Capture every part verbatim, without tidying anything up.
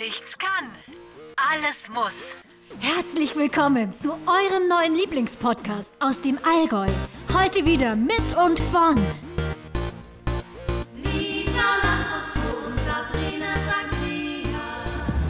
Nichts kann, alles muss. Herzlich willkommen zu eurem neuen Lieblingspodcast aus dem Allgäu. Heute wieder mit und von Lisa Lambrusco und Sabrina Sagrina.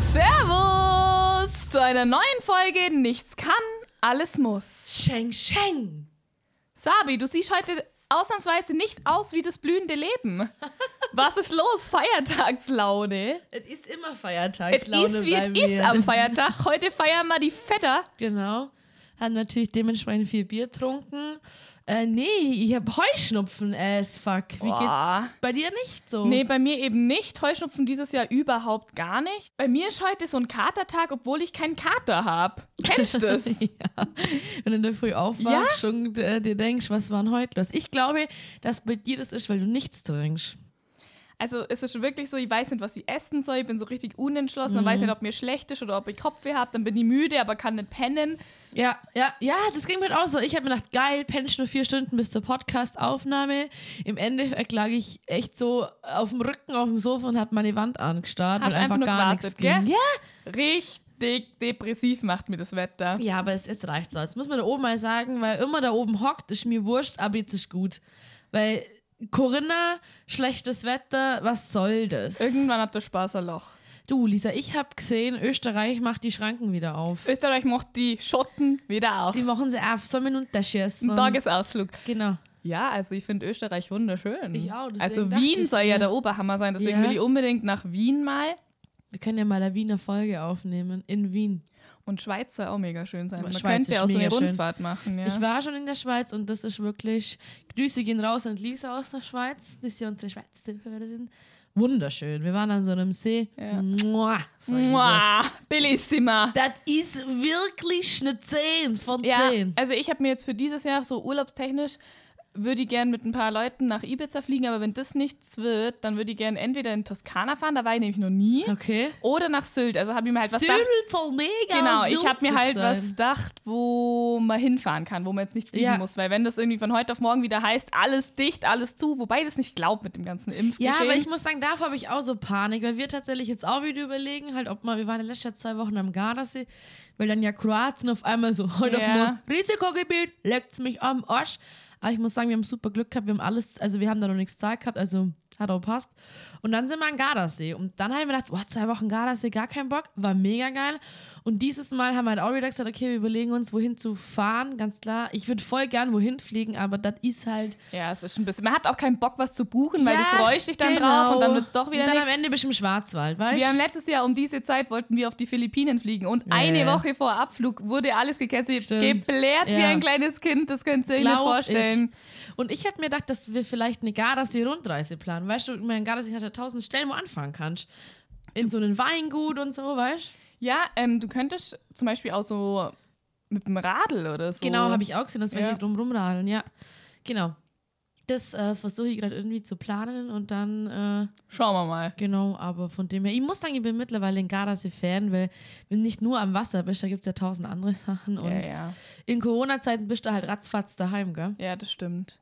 Servus zu einer neuen Folge Nichts kann, alles muss. Scheng, scheng. Sabi, du siehst heute ausnahmsweise nicht aus wie das blühende Leben. Was ist los? Feiertagslaune? Es ist immer Es Feiertagslaune ist, wie bei es mir. ist am Feiertag. Heute feiern wir die Vetter. Genau. Hat natürlich dementsprechend viel Bier getrunken. Äh, nee, ich hab Heuschnupfen, as fuck. Wie Boah. geht's bei dir nicht so? Nee, bei mir eben nicht. Heuschnupfen dieses Jahr überhaupt gar nicht. Bei mir ist heute so ein Katertag, obwohl ich keinen Kater habe. Kennst du das? Ja. Wenn du in der Früh aufwachst und äh, dir denkst, was war denn heute los? Ich glaube, dass bei dir das ist, weil du nichts trinkst. Also es ist wirklich so, ich weiß nicht, was ich essen soll. Ich bin so richtig unentschlossen. Dann weiß nicht, ob mir schlecht ist oder ob ich Kopfweh habe. Dann bin ich müde, aber kann nicht pennen. Ja, ja, ja, das ging mir auch so. Ich habe mir gedacht, geil, pennst nur vier Stunden bis zur Podcast-Aufnahme. Im Endeffekt lag ich echt so auf dem Rücken auf dem Sofa und habe meine Wand angestarrt, Hast weil einfach einfach nur gar gewartet, nichts ging. gell? Ja. Richtig depressiv macht mir das Wetter. Ja, aber es, es reicht so. Jetzt muss man da oben mal sagen, weil immer da oben hockt, ist mir wurscht, aber jetzt ist gut. Weil Corinna, schlechtes Wetter, was soll das? Irgendwann hat der Spaß ein Loch. Du, Lisa, ich habe gesehen, Österreich macht die Schranken wieder auf. Österreich macht die Schotten wieder auf. Die machen sie auf, sollen wir unterschießen? Ein Tagesausflug. Genau. Ja, also ich finde Österreich wunderschön. Ich auch, deswegen Also dachte Wien ich soll ja mir. der Oberhammer sein, deswegen Ja. will ich unbedingt nach Wien mal. Wir können ja mal eine Wiener Folge aufnehmen, in Wien. Und Schweiz soll auch mega schön sein. Man Schweiz könnte ist ja auch so eine mega schön. Rundfahrt machen. Ja. Ich war schon in der Schweiz und das ist wirklich, Grüße gehen raus an Lisa aus der Schweiz, das ist ja unsere Schweiz-Hörerin. Wunderschön. Wir waren an so einem See. Ja. Mua, sag ich dir. Mua, bellissima. Das ist wirklich eine zehn von Ja, zehn. also ich habe mir jetzt für dieses Jahr so urlaubstechnisch, würde ich gerne mit ein paar Leuten nach Ibiza fliegen, aber wenn das nichts wird, dann würde ich gerne entweder in Toskana fahren, da war ich nämlich noch nie, Okay. oder nach Sylt. Also habe ich mir halt was Sylt gedacht. soll mega Genau, ich Sylt habe mir halt sein. was gedacht, wo man hinfahren kann, wo man jetzt nicht fliegen Ja. muss. Weil wenn das irgendwie von heute auf morgen wieder heißt, alles dicht, alles zu, wobei ich das nicht glaubt mit dem ganzen Impfgeschehen. Ja, aber ich muss sagen, davor habe ich auch so Panik, weil wir tatsächlich jetzt auch wieder überlegen, halt, ob man, wir waren ja letztes Jahr zwei Wochen am Gardasee, weil dann ja Kroatien auf einmal so, heute auf Ja. einmal, Risikogebiet, leckt's mich am Arsch. Aber ich muss sagen, wir haben super Glück gehabt, wir haben alles, also wir haben da noch nichts Zeit gehabt, also hat auch passt. Und dann sind wir am Gardasee und dann haben wir gedacht, oh, zwei Wochen Gardasee, gar keinen Bock, war mega geil. Und dieses Mal haben wir halt auch wieder gesagt, okay, wir überlegen uns, wohin zu fahren, ganz klar. Ich würde voll gern wohin fliegen, aber das ist halt... Ja, es ist ein bisschen. Man hat auch keinen Bock, was zu buchen, weil Ja, du freust dich dann genau. drauf und dann wird es doch wieder Und dann nichts. am Ende bist du im Schwarzwald, weißt du? Wir haben letztes Jahr um diese Zeit wollten wir auf die Philippinen fliegen und Ja, eine ja. Woche vor Abflug wurde alles gecancelt. Stimmt. Gebläht wie Ja. ein kleines Kind, das könnt ihr euch nicht Glaub vorstellen. Ich. Und ich habe mir gedacht, dass wir vielleicht eine Gardasee-Rundreise planen. Weißt du, mein Gardasee hat ja tausend Stellen, wo du anfangen kannst. In so einem Weingut und so, weißt du? Ja, ähm, du könntest zum Beispiel auch so mit dem Radl oder so. Genau, habe ich auch gesehen, dass wir Ja. hier drum rumradeln, ja. Genau. Das äh, versuche ich gerade irgendwie zu planen und dann, äh, Schauen wir mal. genau, aber von dem her, ich muss sagen, ich bin mittlerweile ein Gardasee-Fan, weil wenn du nicht nur am Wasser bist, da gibt es ja tausend andere Sachen und Ja, ja. in Corona-Zeiten bist du halt ratzfatz daheim, gell? Ja, das stimmt.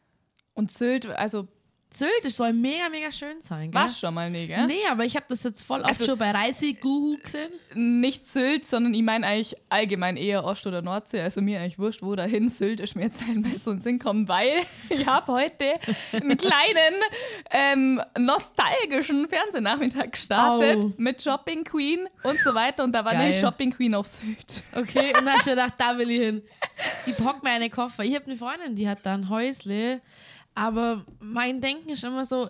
Und Sylt, also Sylt, das soll mega, mega schön sein, gell? warst schon mal nie, gell? Nee, aber ich habe das jetzt voll oft Also- schon bei Reiseguru gesehen. Nicht Sylt, sondern ich meine eigentlich allgemein eher Ost- oder Nordsee. Also mir eigentlich wurscht, wo dahin. Sylt ist mir jetzt einmal so in den Sinn kommen, weil ich habe heute einen kleinen ähm, nostalgischen Fernsehnachmittag gestartet Au. mit Shopping Queen und so weiter. Und da war Geil. nämlich Shopping Queen auf Sylt. Okay, und dann hast du gedacht, da will ich hin. Ich pack mir eine Koffer. Ich habe eine Freundin, die hat da ein Häusle, aber mein Denken ist immer so,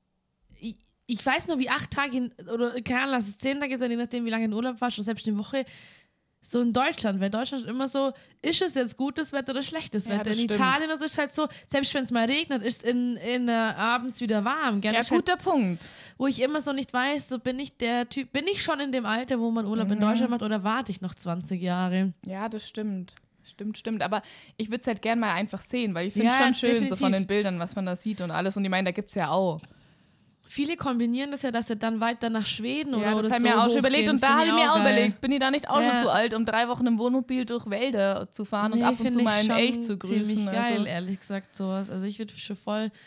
ich, ich weiß nur, wie acht Tage in, oder keine Ahnung, lass es zehn Tage sein, je nachdem, wie lange in Urlaub warst, oder selbst eine Woche, so in Deutschland, weil Deutschland ist immer so, ist es jetzt gutes Wetter oder schlechtes Ja, Wetter? das In stimmt. Italien ist es halt so, selbst wenn es mal regnet, ist es in, in, äh, abends wieder warm. Gell? Ja, Das ist guter halt, Punkt. wo ich immer so nicht weiß, so bin ich der Typ, bin ich schon in dem Alter, wo man Urlaub in Deutschland macht oder warte ich noch zwanzig Jahre? Ja, das stimmt. Stimmt, stimmt. Aber ich würde es halt gern mal einfach sehen, weil ich finde es Ja, schon schön, so definitiv. von den Bildern, was man da sieht und alles. Und ich meine, da gibt es ja auch. Viele kombinieren das ja, dass sie dann weiter nach Schweden oder Ja, das oder haben so wir auch schon überlegt hochgehen. und da Das habe ich finde mir auch geil. überlegt, bin ich da nicht auch Ja. schon zu alt, um drei Wochen im Wohnmobil durch Wälder zu fahren und Nee, ab und finde zu ich mal in schon echt zu grüßen. ziemlich geil, Also, ehrlich gesagt, sowas. Also ich würde schon voll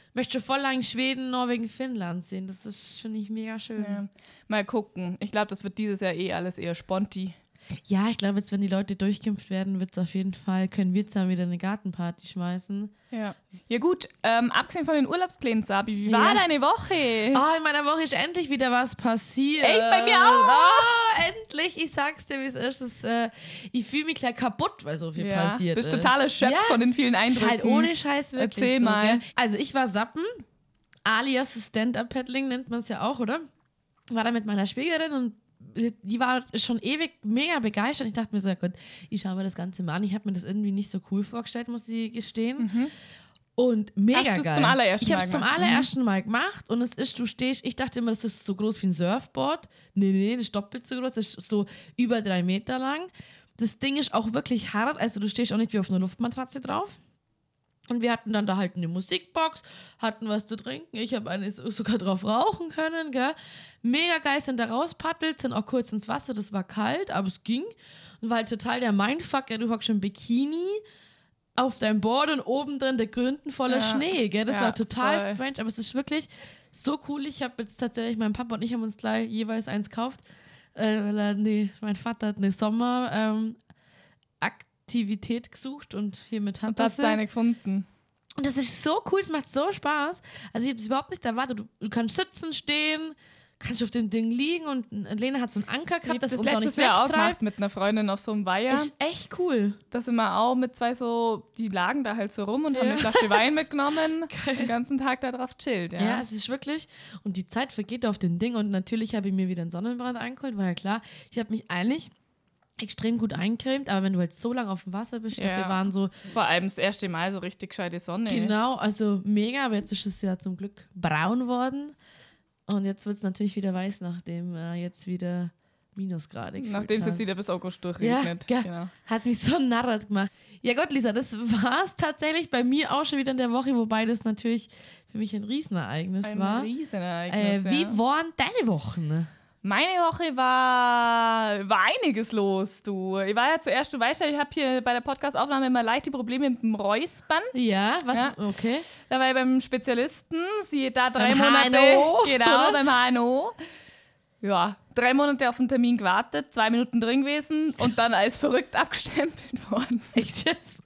möchte voll lang Schweden, Norwegen, Finnland sehen. Das ist, finde ich, mega schön. Ja. Mal gucken. Ich glaube, das wird dieses Jahr eh alles eher Sponti. Ja, ich glaube, jetzt, wenn die Leute durchgeimpft werden, wird es auf jeden Fall, können wir zusammen wieder eine Gartenparty schmeißen. Ja, ja gut, ähm, abgesehen von den Urlaubsplänen, Sabi, wie war Ja. deine Woche? Oh, in meiner Woche ist endlich wieder was passiert. Echt, bei mir auch. Oh, endlich. Ich sag's dir, wie es ist. Das, äh, ich fühle mich gleich kaputt, weil so viel ja, passiert bist ist. total erschöpft Ja. von den vielen Ist Eindrücken. halt ohne Scheiß wirklich Erzähl so, mal. gell? Also ich war Sappen, alias Stand-Up-Paddling nennt man es ja auch, oder? War da mit meiner Schwägerin und die war schon ewig mega begeistert. Ich dachte mir so, ja Gott, ich schaue mir das Ganze mal an. Ich habe mir das irgendwie nicht so cool vorgestellt, muss ich gestehen. Mhm. Und mega Hast du's geil. zum allerersten ich habe Mal es zum gemacht? allerersten Mal gemacht und es ist, du stehst, ich dachte immer, das ist so groß wie ein Surfboard. Nee, nee, das ist doppelt so groß, das ist so über drei Meter lang. Das Ding ist auch wirklich hart, also du stehst auch nicht wie auf einer Luftmatratze drauf. Und wir hatten dann da halt eine Musikbox, hatten was zu trinken. Ich habe eine sogar drauf rauchen können, gell. Mega geil, sind da rauspaddelt, sind auch kurz ins Wasser, das war kalt, aber es ging. Und war halt total der Mindfuck, ja, du hockst im Bikini auf deinem Board und oben drin der Gründen voller Ja. Schnee, gell. Das Ja, war total voll. strange, aber es ist wirklich so cool. Ich habe jetzt tatsächlich, mein Papa und ich haben uns gleich jeweils eins gekauft, äh, weil er, nee, mein Vater hat eine Sommer, ähm, Aktivität gesucht und hiermit hat Und hast er sie. eine gefunden. Und das ist so cool, es macht so Spaß. Also ich habe es überhaupt nicht erwartet. Du, du kannst sitzen, stehen, kannst auf dem Ding liegen und Lena hat so einen Anker Ich gehabt, habe das das uns auch letztes nicht Jahr auch wegtreibt. gemacht mit einer Freundin auf so einem Weiher. Ist echt cool. Da sind wir auch mit zwei so, die lagen da halt so rum und haben Ja. eine Flasche Wein mitgenommen. Den ganzen Tag da drauf chillt, ja. Ja. es ist wirklich, und die Zeit vergeht auf dem Ding und natürlich habe ich mir wieder einen Sonnenbrand eingeholt, war ja klar. Ich habe mich eigentlich extrem gut eincremt, aber wenn du halt so lange auf dem Wasser bist, ich glaub, Ja. wir waren so, Vor allem das erste Mal so richtig gescheite Sonne. genau, also mega, aber jetzt ist es ja zum Glück braun worden und jetzt wird es natürlich wieder weiß, nachdem äh, jetzt wieder Minusgradig Nachdem es hat. jetzt wieder bis August Ja, durchregnet. gell. Genau. Hat mich so narrat gemacht. Ja Gott, Lisa, das war es tatsächlich bei mir auch schon wieder in der Woche, wobei das natürlich für mich ein Riesenereignis Ein war. Riesenereignis, Äh, wie ja. waren deine Wochen? Meine Woche war, war einiges los, du. Ich war ja zuerst, du weißt ja, ich habe hier bei der Podcast-Aufnahme immer leichte Probleme mit dem Räuspern. Ja, was? Ja. Okay. Da war ich beim Spezialisten, sie da drei Beim Monate. H N O, Genau, oder? beim H N O. Ja, drei Monate auf den Termin gewartet, zwei Minuten drin gewesen und dann als verrückt abgestempelt worden. Echt jetzt?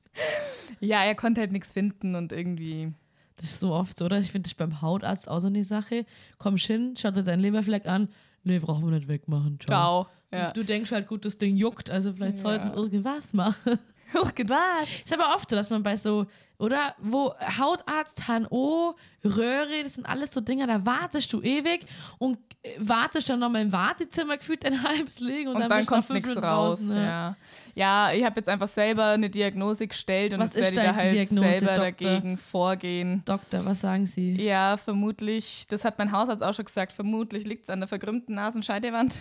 Ja, er konnte halt nichts finden und irgendwie. Das ist so oft so, oder? Ich finde das beim Hautarzt auch so eine Sache. Kommst hin, schau dir deinen Leberfleck an. Nee, brauchen wir nicht wegmachen. Ciao. Ciao. Ja. Und du denkst halt, gut, das Ding juckt, also vielleicht Ja. sollten wir irgendwas machen. Irgendwas. Ist aber oft so, dass man bei so, oder? Wo Hautarzt, H N O, Röhre, das sind alles so Dinger, da wartest du ewig und äh, wartest dann nochmal im Wartezimmer gefühlt ein halbes Liegen und, Und dann, dann bist du nach kommt fünf nichts Minuten raus. draußen, Ja, ja ich habe jetzt einfach selber eine Diagnose gestellt und Was jetzt ist werde ich da deine halt Diagnose, selber Doktor? dagegen vorgehen. Doktor, was sagen Sie? Ja, vermutlich, das hat mein Hausarzt auch schon gesagt, vermutlich liegt es an der verkrümmten Nasenscheidewand.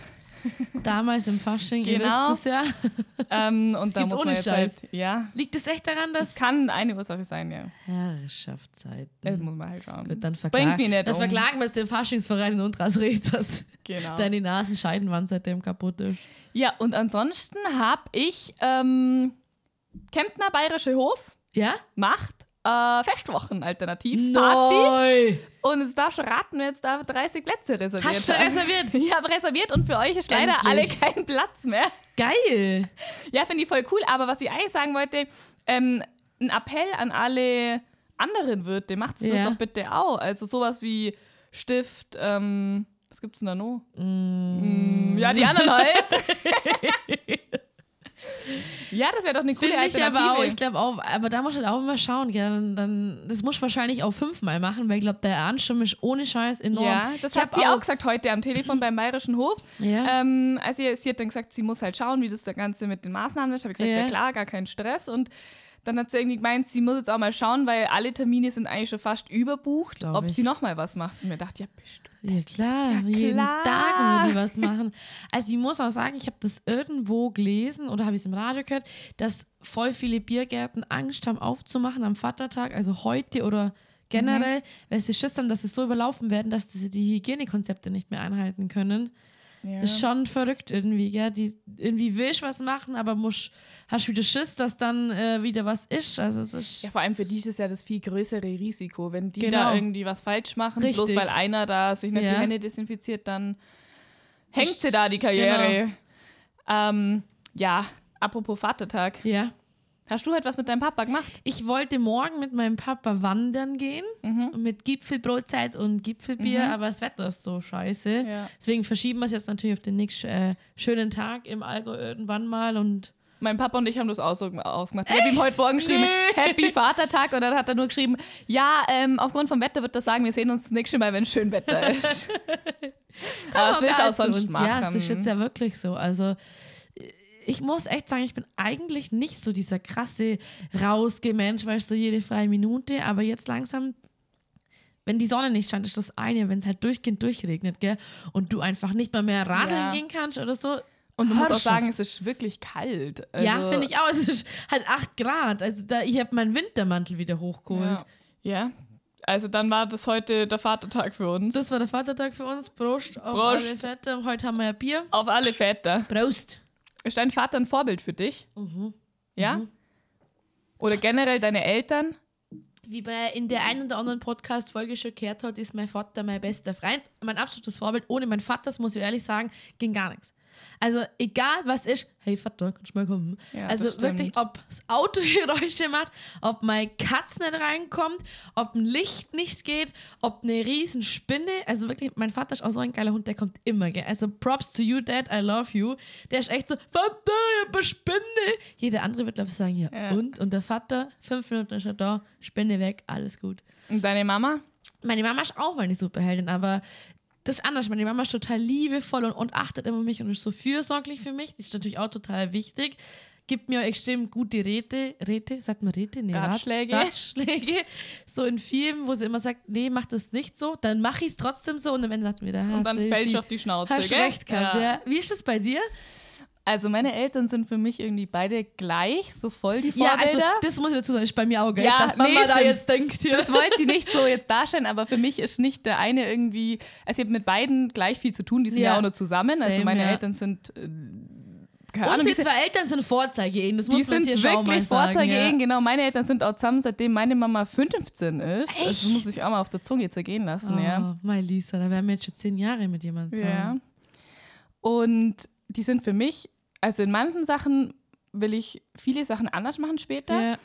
Damals im Fasching, ihr Genau. wisst es ja. ähm, und da Jetzt muss ohne man jetzt Scheiß. halt, ja, Liegt es echt daran, dass... das kann eine Ursache sein, ja. Herrschaftszeit. Das muss man halt schauen. Gut, dann Das verklag, bringt mich nicht dann um. verklagen wir es den Faschingsverein in Untersrecht, dass Genau. deine Nasenscheidenwand seitdem kaputt ist. Ja, und ansonsten habe ich ähm, Kemptner Bayerische Hof Ja? macht äh, Festwochen alternativ. Party. Neu! Und es darf schon raten, wer jetzt da dreißig Plätze reserviert Hast du hat. reserviert? Ich habe reserviert und für euch ist leider alle Endlich. kein Platz mehr. Geil! Ja, finde ich voll cool. Aber was ich eigentlich sagen wollte, ähm, ein Appell an alle anderen Wirte, macht es Ja. das doch bitte auch. Also sowas wie Stift, ähm, was gibt's denn da noch? Mm, ja, die anderen halt. Ja, das wäre doch eine coole Finde ich Alternative. aber auch, ich glaube auch, aber da muss man auch immer schauen, gell? Dann, dann, das muss wahrscheinlich auch fünfmal machen, weil ich glaube, der Ansturm ist ohne Scheiß enorm. Ja, das Ich hat hab sie auch gesagt heute am Telefon beim Bayerischen Hof. Ja. Ähm, also sie, sie hat dann gesagt, sie muss halt schauen, wie das Ganze mit den Maßnahmen ist. Habe ich gesagt, Ja. ja. klar, gar kein Stress. Und dann hat sie irgendwie gemeint, sie muss jetzt auch mal schauen, weil alle Termine sind eigentlich schon fast überbucht, Glaub ob ich. sie noch mal was macht. Und mir dachte, ja, bist du. Ja, klar. Ja, Jeden klar. Tag nur die was machen. Also ich muss auch sagen, ich habe das irgendwo gelesen oder habe ich es im Radio gehört, dass voll viele Biergärten Angst haben aufzumachen am Vatertag, also heute oder generell, weil sie Schiss haben, dass sie so überlaufen werden, dass sie die Hygienekonzepte nicht mehr einhalten können. Ja. Das ist schon verrückt irgendwie, gell? Die, irgendwie willst du was machen, aber musst, hast wieder Schiss, dass dann äh, wieder was ist. Also es ist Ja, vor allem für die ist es ja das viel größere Risiko. Wenn die Genau. da irgendwie was falsch machen, Richtig. bloß weil einer da sich nicht Ja. die Hände desinfiziert, dann hängt sie da die Karriere. Genau. Ähm, ja, apropos Vatertag. ja. Hast du etwas mit deinem Papa gemacht? Ich wollte morgen mit meinem Papa wandern gehen, Mhm. mit Gipfelbrotzeit und Gipfelbier, Mhm. aber das Wetter ist so scheiße. Ja. Deswegen verschieben wir es jetzt natürlich auf den nächsten äh, schönen Tag im Allgäu irgendwann mal und Mein Papa und ich haben das auch so ausgemacht. Ich habe ihm heute Morgen geschrieben, Happy Vatertag, und dann hat er nur geschrieben, ja, ähm, aufgrund vom Wetter wird er sagen, wir sehen uns das nächste Mal, wenn es schön Wetter ist. Aber das will ich auch sonst machen. Ja, es ist jetzt ja wirklich so. Also ich muss echt sagen, ich bin eigentlich nicht so dieser krasse Rausgeh-Mensch, weil ich so jede freie Minute, aber jetzt langsam, wenn die Sonne nicht scheint, ist das eine, wenn es halt durchgehend durchregnet, gell, und du einfach nicht mal mehr radeln Ja. gehen kannst oder so. Und du musst auch Herrschaft. sagen, es ist wirklich kalt. Also, ja, finde ich auch. Es ist halt acht Grad. Also da, ich habe meinen Wintermantel wieder hochgeholt. Ja. ja, also dann war das heute der Vatertag für uns. Das war der Vatertag für uns. Prost auf Prost. alle Väter. Heute haben wir ja Bier. Auf alle Väter. Prost. Ist dein Vater ein Vorbild für dich? Mhm. Ja? Mhm. Oder generell deine Eltern? Wie bei in der einen oder anderen Podcast-Folge schon gehört hat, ist mein Vater mein bester Freund. Mein absolutes Vorbild. Ohne meinen Vater, das muss ich ehrlich sagen, ging gar nichts. Also egal was ist, hey Vater, kannst du mal kommen? Ja, also das stimmt. wirklich, ob das Auto Geräusche macht, ob meine Katze nicht reinkommt, ob ein Licht nicht geht, ob eine riesen Spinne, also wirklich, mein Vater ist auch so ein geiler Hund, der kommt immer, gell? Also props to you, Dad, I love you. Der ist echt so, Vater, ich hab eine Spinne. Jeder andere wird, glaube ich, sagen, ja, Ja. und? Und der Vater, fünf Minuten ist er da, Spinne weg, alles gut. Und deine Mama? Meine Mama ist auch meine Superheldin, aber das ist anders. Meine Mama ist total liebevoll und, und achtet immer auf mich und ist so fürsorglich für mich. Das ist natürlich auch total wichtig. Gibt mir auch extrem gute Räte, Räte, sagt man Räte? Nee, Rat- Ratschläge. Ratschläge. So in Filmen, wo sie immer sagt, nee, mach das nicht so. Dann mache ich es trotzdem so und am Ende dachten wir, da Und dann fällst du auf die Schnauze, Hast gell? recht gehabt, Ja. ja. Wie ist das bei dir? Also meine Eltern sind für mich irgendwie beide gleich, so voll die Ja, Vorbilder. also das muss ich dazu sagen, ist bei mir auch, gell? Ja, dass Mama nee, da stimmt. jetzt denkt hier. Das wollten die nicht so jetzt darstellen, aber für mich ist nicht der eine irgendwie, also ich habe mit beiden gleich viel zu tun, die sind ja, Ja. auch nur zusammen, also Same, meine ja. Eltern sind, äh, keine Ahnung, Unsere die sind, zwei Eltern sind Vorzeige-Ehen, das die muss man sind jetzt hier schon mal wirklich sagen. Vorzeige-Ehen, ja. genau, meine Eltern sind auch zusammen, seitdem meine Mama fünfzehn ist. Echt? Das muss ich auch mal auf der Zunge zergehen lassen, Oh, ja. meine Lisa, da wären wir jetzt schon zehn Jahre mit jemandem zusammen. Ja. Und die sind für mich, also in manchen Sachen will ich viele Sachen anders machen später, Ja.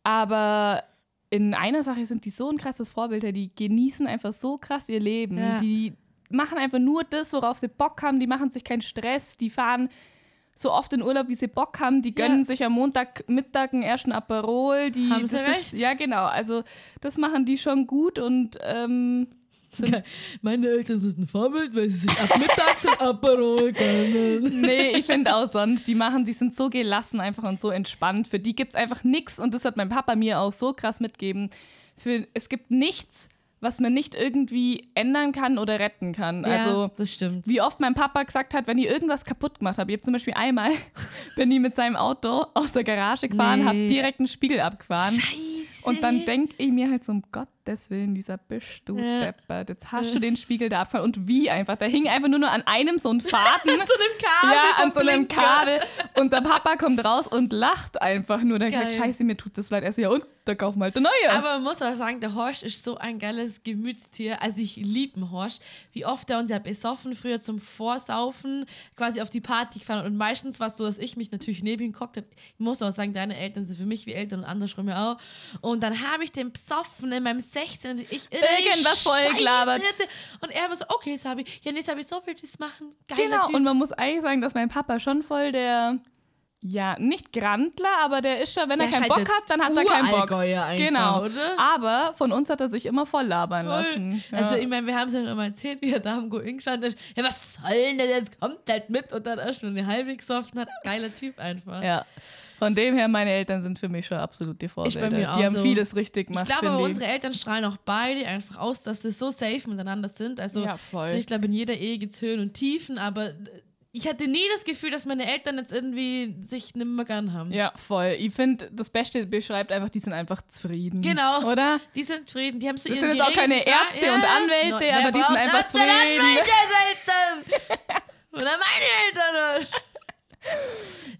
aber in einer Sache sind die so ein krasses Vorbild, die genießen einfach so krass ihr Leben. Ja. Die machen einfach nur das, worauf sie Bock haben, die machen sich keinen Stress, die fahren so oft in Urlaub, wie sie Bock haben, die gönnen Ja. sich am Montagmittag einen ersten Aperol. Die, Haben sie das recht. Ist, ja, genau, also das machen die schon gut und ähm, sind Meine Eltern sind ein Vorbild, weil sie sich ab mittags ein Aperol gönnen. Nee, ich finde auch sonst, die machen, die sind so gelassen einfach und so entspannt. Für die gibt es einfach nichts und das hat mein Papa mir auch so krass mitgegeben. Für, es gibt nichts, was man nicht irgendwie ändern kann oder retten kann. Ja, Also das stimmt. wie oft mein Papa gesagt hat, wenn ich irgendwas kaputt gemacht habe. Ich habe zum Beispiel einmal, bin ich mit seinem Auto aus der Garage gefahren, Nee. habe direkt einen Spiegel abgefahren. Scheiße. Und dann denke ich mir halt so, um Gottes Willen, dieser bist du Ja. deppert. Jetzt hast du den Spiegel da abgefahren. Und wie einfach? Da hing einfach nur noch an einem so ein Faden. An so einem Kabel Ja, vom an so einem Blinker. Kabel. Und der Papa kommt raus und lacht einfach nur. Der Geil. sagt, scheiße, mir tut das leid. Er so, ja und? Da kaufen wir halt eine neue. Aber man muss auch sagen, der Horst ist so ein geiles Gemütstier. Also ich liebe den Horst. Wie oft er uns ja besoffen früher zum Vorsaufen quasi auf die Party gefahren. Und meistens war es so, dass ich mich natürlich neben ihm gehockt habe. Ich muss auch sagen, deine Eltern sind für mich wie Eltern und andersrum ja auch. Und dann habe ich den besoffen in meinem sechzehn. Ich Irgendwas vollgelabert. Scheiße. Und er war so, okay, jetzt habe ich, ja, jetzt habe ich so viel das machen. Geiler Genau, Typ. und man muss eigentlich sagen, dass mein Papa schon voll der, ja, nicht Grandler, aber der ist schon, wenn er Der keinen scheint Bock der hat, dann hat er keinen Bock. Urallgäuer einfach, Genau. oder? Aber von uns hat er sich immer voll labern Voll. lassen. Ja. Also, ich meine, wir haben es ja schon mal erzählt, wie er da am Go-In gestanden ist. Ja, was soll denn das? Jetzt kommt halt mit und dann erst nur eine halbe gesoffen hat. Geiler Typ einfach. ja. Von dem her, meine Eltern sind für mich schon absolut die Vorbilder. Ich bei mir auch die haben so. vieles richtig Ich gemacht, glaube finde aber, ich. unsere Eltern strahlen auch beide einfach aus, dass sie so safe miteinander sind. Also, Ja, voll. also ich glaube, in jeder Ehe gibt es Höhen und Tiefen, aber ich hatte nie das Gefühl, dass meine Eltern jetzt irgendwie sich nicht mehr gern haben. Ja, voll. Ich finde, das Beste beschreibt einfach, die sind einfach zufrieden. Genau. Oder? Die sind zufrieden, die haben so Das ihren sind jetzt auch keine geregelten Tag. Ärzte und Anwälte, wer aber die sind braucht einfach Ärzte und zufrieden. Anwälte, Eltern? Und dann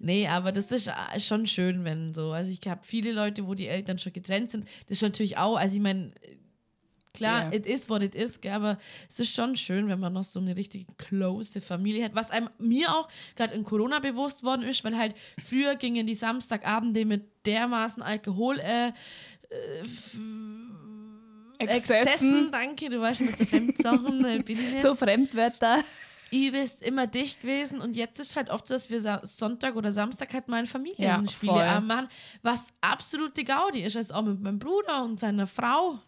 Nee, aber das ist schon schön, wenn so. Also ich habe viele Leute, wo die Eltern schon getrennt sind. Das ist natürlich auch, also ich meine, klar, it is what it is, gell, aber es ist schon schön, wenn man noch so eine richtig close Familie hat. Was einem mir auch gerade in Corona bewusst worden ist, weil halt früher gingen die Samstagabende mit dermaßen Alkohol äh, äh, Exzessen. Exzessen, danke, du weißt schon mit so Fremdsachen, äh, bin ich nicht. So Fremdwörter. Ihr bist immer dicht gewesen und jetzt ist halt oft so, dass wir Sa- Sonntag oder Samstag halt mal Ja, Familienspiele voll. abend machen, was absolute Gaudi ist, also auch mit meinem Bruder und seiner Frau.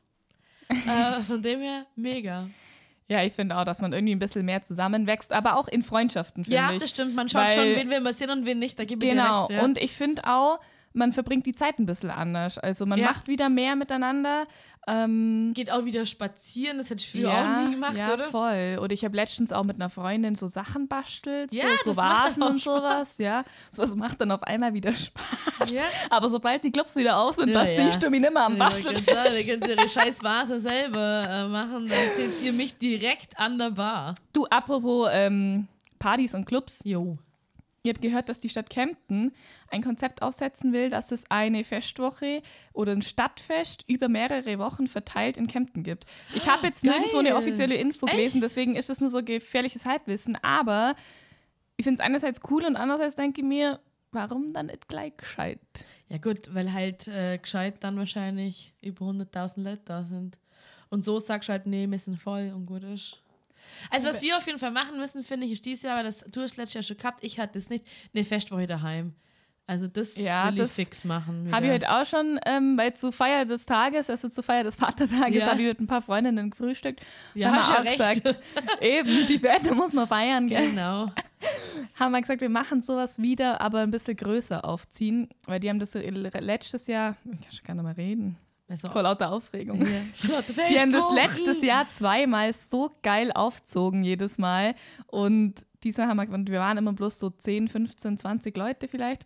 äh, von dem her mega. Ja, ich finde auch, dass man irgendwie ein bisschen mehr zusammenwächst, aber auch in Freundschaften, finde Ja, ich. das stimmt. Man schaut Weil- schon, wen will man sehen und wen nicht. Da gebe ich Genau, dir recht. Ja. und ich finde auch, man verbringt die Zeit ein bisschen anders. Also man Ja. macht wieder mehr miteinander. Ähm, geht auch wieder spazieren, das hätte ich früher ja, auch nie gemacht, ja, oder? voll. Oder ich habe letztens auch mit einer Freundin so Sachen bastelt, Ja, so, so das macht Vasen auch und sowas. Ja, sowas macht dann auf einmal wieder Spaß. Ja. Aber sobald die Clubs wieder aus sind, Ja, da ja. siehst du mich nicht mehr am Ja, Basteln. ganz ehrlich, da könnt ihr ihre scheiß Vase selber äh, machen, dann seht ihr mich direkt an der Bar. Du, apropos ähm, Partys und Clubs. Jo. Ihr habt gehört, dass die Stadt Kempten ein Konzept aufsetzen will, dass es eine Festwoche oder ein Stadtfest über mehrere Wochen verteilt in Kempten gibt. Ich habe jetzt Geil. nirgendwo eine offizielle Info gelesen, Echt? deswegen ist es nur so gefährliches Halbwissen. Aber ich finde es einerseits cool und andererseits denke ich mir, warum dann nicht gleich gescheit? Ja gut, weil halt äh, gescheit dann wahrscheinlich über hunderttausend Leute da sind. Und so sagst du halt, nee, wir sind voll und gut ist. Also was wir auf jeden Fall machen müssen, finde ich, ist dieses Jahr, weil das du hast letztes Jahr schon gehabt, ich hatte das nicht, eine Festwoche daheim. Also das Ja, will das ich fix machen. Habe ich wieder. heute auch schon, ähm, weil zur Feier des Tages, also zur Feier des Vatertages, Ja. habe ich mit ein paar Freundinnen gefrühstückt. Ja, Da haben hast wir ja auch recht. gesagt, eben, die Werte muss man feiern, gell? Genau. Haben wir gesagt, wir machen sowas wieder, aber ein bisschen größer aufziehen, weil die haben das letztes Jahr, ich kann schon gar nicht mehr reden, Also, vor lauter Aufregung. ja. Die haben das letztes Jahr zweimal so geil aufzogen jedes Mal und diesmal haben wir, und wir waren immer bloß so zehn, fünfzehn, zwanzig Leute vielleicht.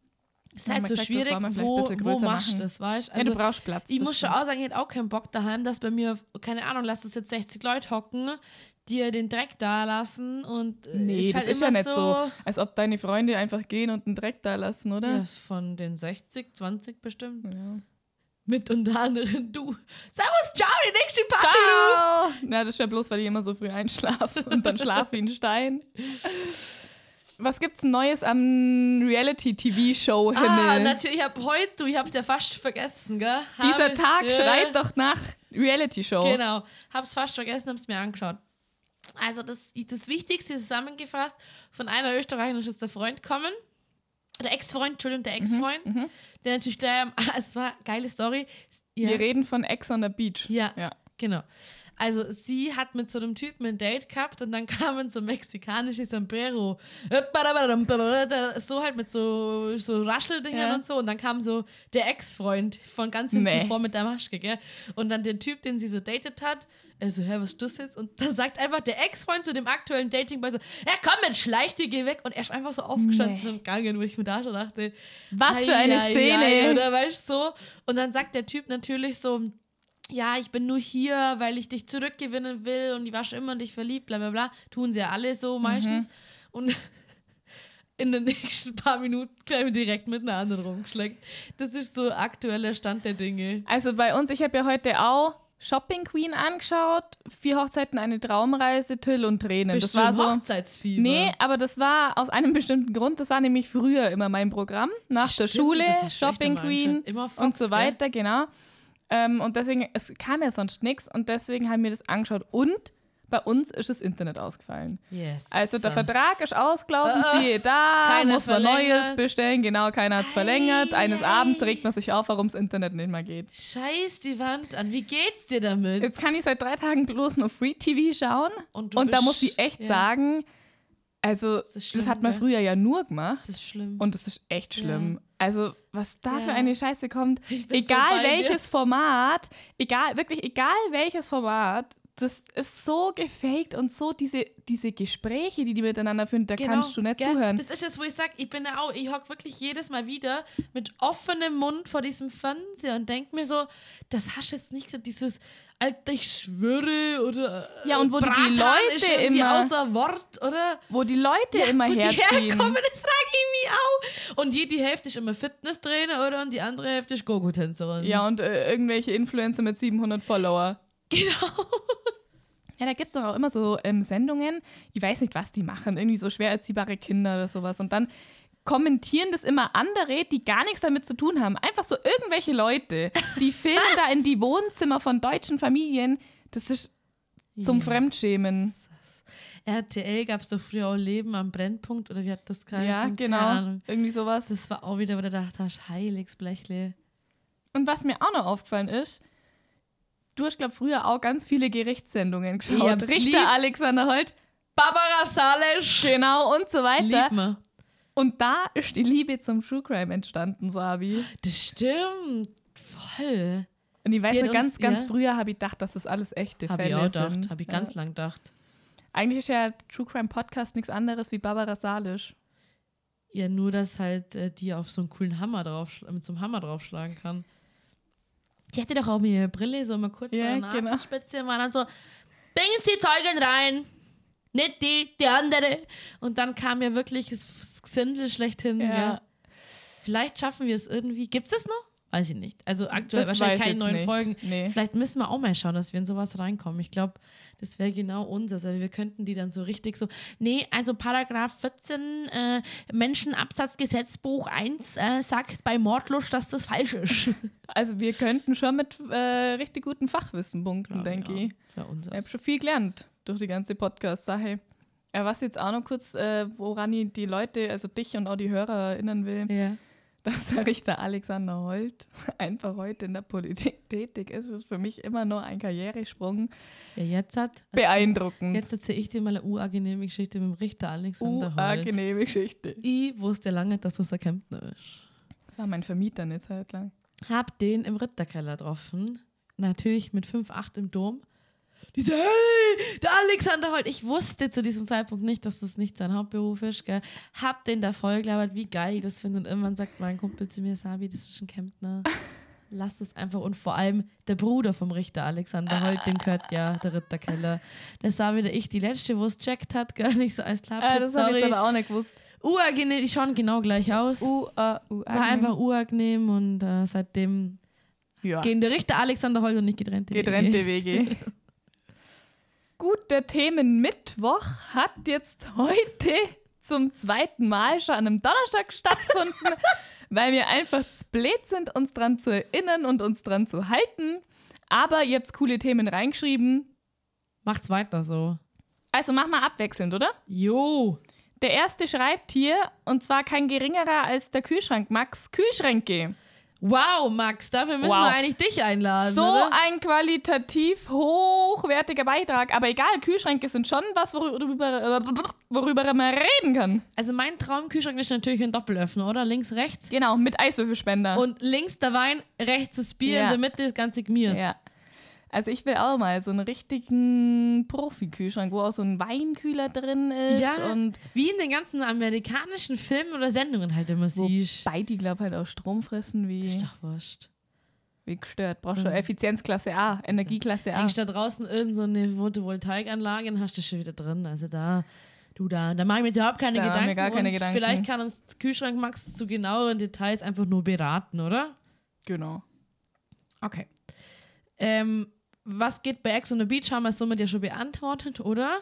Es ist Dann haben halt wir so gesagt, das schwierig, wollen wir vielleicht ein wo, bisschen wo größer machst du machen. das, weißt Ja, du also, brauchst Platz. ich das muss schon stimmt. auch sagen, ich hätte auch keinen Bock daheim, dass bei mir, keine Ahnung, lass es jetzt sechzig Leute hocken, dir den Dreck da lassen und äh, Nee, ist das halt ist ja immer nicht so, als ob deine Freunde einfach gehen und einen Dreck da lassen, oder? Ja, ist von den sechzig, zwanzig bestimmt. Ja. Mit unter anderem du. Servus, ciao, die nächste Party. Ciao! Na, das ist ja bloß, weil ich immer so früh einschlafe und dann schlafe wie ein Stein. Was gibt's Neues am Ah, Reality-T V-Show-Himmel? natürlich, ich hab heute, du, ich hab's ja fast vergessen, gell? Dieser Hab- Tag ja. schreit doch nach Reality-Show. Genau, hab's fast vergessen, hab's mir angeschaut. Also das, das Wichtigste zusammengefasst, von einer Österreicherin ist jetzt der Freund kommen, der Ex-Freund, Entschuldigung, der Ex-Freund, Mhm, der natürlich gleich, es war eine geile Story. Ja, Wir reden von Ex on the Beach. ja, Ja. genau. Also sie hat mit so einem Typen ein Date gehabt und dann kamen so mexikanische Sombrero, so halt mit so, so Rascheldingern Ja. und so und dann kam so der Ex-Freund von ganz hinten Nee. vor mit der Maske, gell? Und dann der Typ, den sie so datet hat, also, hä, was ist das jetzt? Und dann sagt einfach der Ex-Freund zu dem aktuellen Datingboy so, ja komm, jetzt schleich dich, geh weg. Und er ist einfach so aufgestanden Nee. und gegangen, wo ich mir da schon dachte, Was für ei, eine ei, Szene. ei, oder weißt du so? Und dann sagt der Typ natürlich so, ja, ich bin nur hier, weil ich dich zurückgewinnen will und ich war schon immer in dich verliebt, bla bla bla. Tun sie ja alle so meistens. Und in den nächsten paar Minuten gleich direkt mit einer anderen rumgeschlägt. Das ist so aktueller Stand der Dinge. Also bei uns, ich habe ja heute auch Shopping Queen angeschaut. Vier Hochzeiten, eine Traumreise, Till und Tränen. Bist das war du so. im Hochzeitsfieber? Nee, aber das war aus einem bestimmten Grund. Das war nämlich früher immer mein Programm. Nach der Stimmt, Schule, das hast du echt Shopping immer Queen angeschaut. Immer auf und Fox, so weiter, genau. Ähm, und deswegen, es kam ja sonst nichts und deswegen haben wir das angeschaut. Und bei uns ist das Internet ausgefallen. Yes. Also der Vertrag ist ausgelaufen, Äh, äh, siehe da, keiner muss man verlängert. Neues bestellen. Genau, keiner hat es verlängert. Eines ei. Abends regt man sich auf, warum das Internet nicht mehr geht. Scheiß die Wand an. Wie geht's dir damit? Jetzt kann ich seit drei Tagen bloß nur Free T V schauen. Und du Und da bist- muss ich echt ja. sagen, also Das ist schlimm, das hat man gell? früher ja nur gemacht. Das ist schlimm. Und das ist echt schlimm. Also, was da für Ja. eine Scheiße kommt, Ich bin so egal bei dir. welches Format, egal, wirklich egal welches Format das ist so gefaked und so diese, diese Gespräche, die die miteinander führen, da Genau, kannst du nicht gell? zuhören. Das ist das, wo ich sage, ich bin ja auch, ich hock wirklich jedes Mal wieder mit offenem Mund vor diesem Fernseher und denke mir so, das hast du jetzt nicht gesagt, dieses Alter, ich schwöre oder Ja, und wo die Bratan Leute ist irgendwie immer- außer Wort, oder? Wo die Leute immer wo die herziehen. herkommen, das frage ich mich auch. Und je, die Hälfte ist immer Fitnesstrainer, oder? Und die andere Hälfte ist Gogo-Tänzerin. Ja, und äh, irgendwelche Influencer mit siebenhundert Follower. Genau. Ja, da gibt es doch auch immer so ähm, Sendungen, ich weiß nicht, was die machen, irgendwie so schwer erziehbare Kinder oder sowas. Und dann kommentieren das immer andere, die gar nichts damit zu tun haben. Einfach so irgendwelche Leute, die filmen da in die Wohnzimmer von deutschen Familien. Das ist zum Ja. Fremdschämen. R T L gab es doch früher auch Leben am Brennpunkt, oder wie hat das geheißen? Ja, Keine genau. Ahnung. Irgendwie sowas. Das war auch wieder, wo du dachte, hast, heiliges Blechle. Und was mir auch noch aufgefallen ist, du hast, glaube ich, früher auch ganz viele Gerichtssendungen Ich geschaut. hab's Richter geliebt. Alexander Holt, Barbara Salisch. genau, und so weiter. Lieb man. Und da ist die Liebe zum True Crime entstanden, Sabi. Das stimmt. Voll. Und ich weiß Die hat noch, ganz, uns- ganz ja. früher habe ich gedacht, dass das alles echte Habe Fälle ich auch gedacht. sind. Habe ich Ja. ganz lang gedacht. Eigentlich ist ja True Crime Podcast nichts anderes wie Barbara Salisch. Ja, nur, dass halt äh, die auf so einen coolen Hammer drauf, mit so einem Hammer draufschlagen kann. Die hatte doch auch mit ihrer Brille so mal kurz Ja, vor der genau. Nasenspitze und war dann so, bringen Sie Zeugen rein. Nicht die, die andere. Und dann kam ja wirklich das Gesindel schlechthin. Ja. Ja. Vielleicht schaffen wir es irgendwie. Gibt's das noch? Weiß ich nicht. Also aktuell Das wahrscheinlich weiß keine jetzt neuen nicht. Folgen. Nee. Vielleicht müssen wir auch mal schauen, dass wir in sowas reinkommen. Ich glaube, das wäre genau unseres. Also wir könnten die dann so richtig so, nee, also Paragraph vierzehn äh, Menschenabsatzgesetzbuch eins äh, sagt bei Mordlust, dass das falsch ist. Also wir könnten schon mit äh, richtig guten Fachwissen punkten, denke ich. Das wäre Ich unseres. habe schon viel gelernt durch die ganze Podcast-Sache. Ja, was jetzt auch noch kurz, äh, woran ich die Leute, also dich und auch die Hörer erinnern will, Ja. dass der Richter Alexander Holt einfach heute in der Politik tätig ist, ist für mich immer nur ein Karrieresprung. ja, jetzt hat. Beeindruckend. Jetzt erzähle ich dir mal eine urangenehme Geschichte mit dem Richter Alexander Holt. Angenehme Geschichte. Ich wusste lange, dass das ein Kempner ist. Das war mein Vermieter eine Zeit lang. Hab den im Ritterkeller getroffen. Natürlich mit fünf acht im Dom. Die so, hey, der Alexander Holt. Ich wusste zu diesem Zeitpunkt nicht, dass das nicht sein Hauptberuf ist. Gell. Hab den da voll gelabert, wie geil ich das finde. Und irgendwann sagt mein Kumpel zu mir, Sabi, das ist ein Kempner. Lass es einfach. Und vor allem der Bruder vom Richter Alexander Holt, dem gehört ja der Ritterkeller. Das war wieder ich, die letzte, wo es checkt hat. Gar nicht so, alles klar, Äh, Pitt, das habe ich sorry. jetzt aber auch nicht gewusst. Urangenehm, die schauen genau gleich aus. U, A, U, War einfach urangenehm und äh, seitdem ja. gehen der Richter Alexander Holt und nicht getrennte Wege. Getrennte Wege. Gut, der Themenmittwoch hat jetzt heute zum zweiten Mal schon an einem Donnerstag stattgefunden, weil wir einfach zu blöd sind, uns dran zu erinnern und uns dran zu halten. Aber ihr habt coole Themen reingeschrieben. Macht's weiter so. Also mach mal abwechselnd, oder? Jo. Der erste schreibt hier, und zwar kein geringerer als der Kühlschrank Max, Kühlschränke. Wow, Max, dafür müssen Wow. wir eigentlich dich einladen, So oder? ein qualitativ hochwertiger Beitrag. Aber egal, Kühlschränke sind schon was, worüber, worüber man reden kann. Also mein Traumkühlschrank ist natürlich ein Doppelöffner, oder? Links, rechts. Genau, mit Eiswürfelspender. Und links der Wein, rechts das Bier, Ja. in der Mitte das ganze Gmirs. ja. Also ich will auch mal so einen richtigen Profi-Kühlschrank, wo auch so ein Weinkühler drin ist. Ja, Und wie in den ganzen amerikanischen Filmen oder Sendungen halt immer siehst. wobei die, glaube halt auch Strom fressen, Das wie, ist doch wurscht. wie gestört. Brauchst du Mhm. Effizienzklasse A, Energieklasse A. Hängst da draußen irgend so eine Photovoltaikanlage und hast du schon wieder drin. Also da, du da, da mache ich mir jetzt überhaupt keine Da haben wir Gedanken. gar keine und Gedanken. Vielleicht kann uns Kühlschrank Max zu genaueren Details einfach nur beraten, oder? Genau. Okay. Ähm, was geht bei Ex on the Beach, haben wir somit ja schon beantwortet, oder?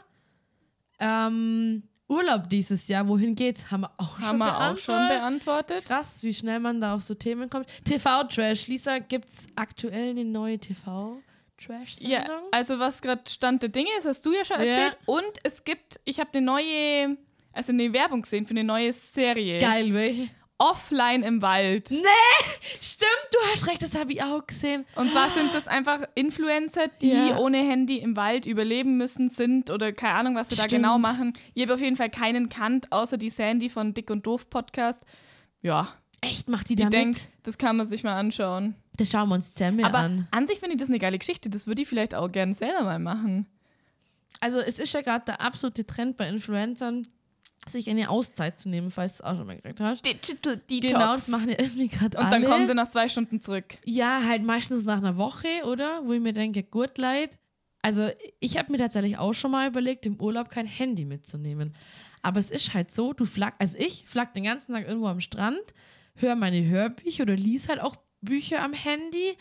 Ähm, Urlaub dieses Jahr, wohin geht's? Haben wir auch Haben schon wir beantwortet. auch schon beantwortet. Krass, wie schnell man da auf so Themen kommt. T V-Trash. Lisa, gibt's aktuell eine neue T V-Trash-Sendung? Ja, also was gerade Stand der Dinge ist, hast du ja schon Ja. erzählt. Und es gibt, ich habe eine neue, also eine Werbung gesehen für eine neue Serie. Geil, welche? Offline im Wald. Stimmt, du hast recht, das habe ich auch gesehen. Und zwar sind das einfach Influencer, die Ja. ohne Handy im Wald überleben müssen, sind oder keine Ahnung, was sie da Stimmt. genau machen. Ich habe auf jeden Fall keinen kannt, außer die Sandy von Dick und Doof Podcast. Ja, Echt, macht die die da denkt, mit? das kann man sich mal anschauen. Das schauen wir uns zusammen Aber an. an sich finde ich das eine geile Geschichte. Das würde ich vielleicht auch gerne selber mal machen. Also es ist ja gerade der absolute Trend bei Influencern, sich eine Auszeit zu nehmen, falls du es auch schon mal gekriegt hast. Digital Detox. Genau, das machen ja irgendwie gerade alle. Und dann kommen sie nach zwei Stunden zurück. Ja, halt meistens nach einer Woche, oder? Wo ich mir denke, gut, leid. Also ich habe mir tatsächlich auch schon mal überlegt, im Urlaub kein Handy mitzunehmen. Aber es ist halt so, du flack, also ich flack den ganzen Tag irgendwo am Strand, höre meine Hörbücher oder lies halt auch Bücher am Handy.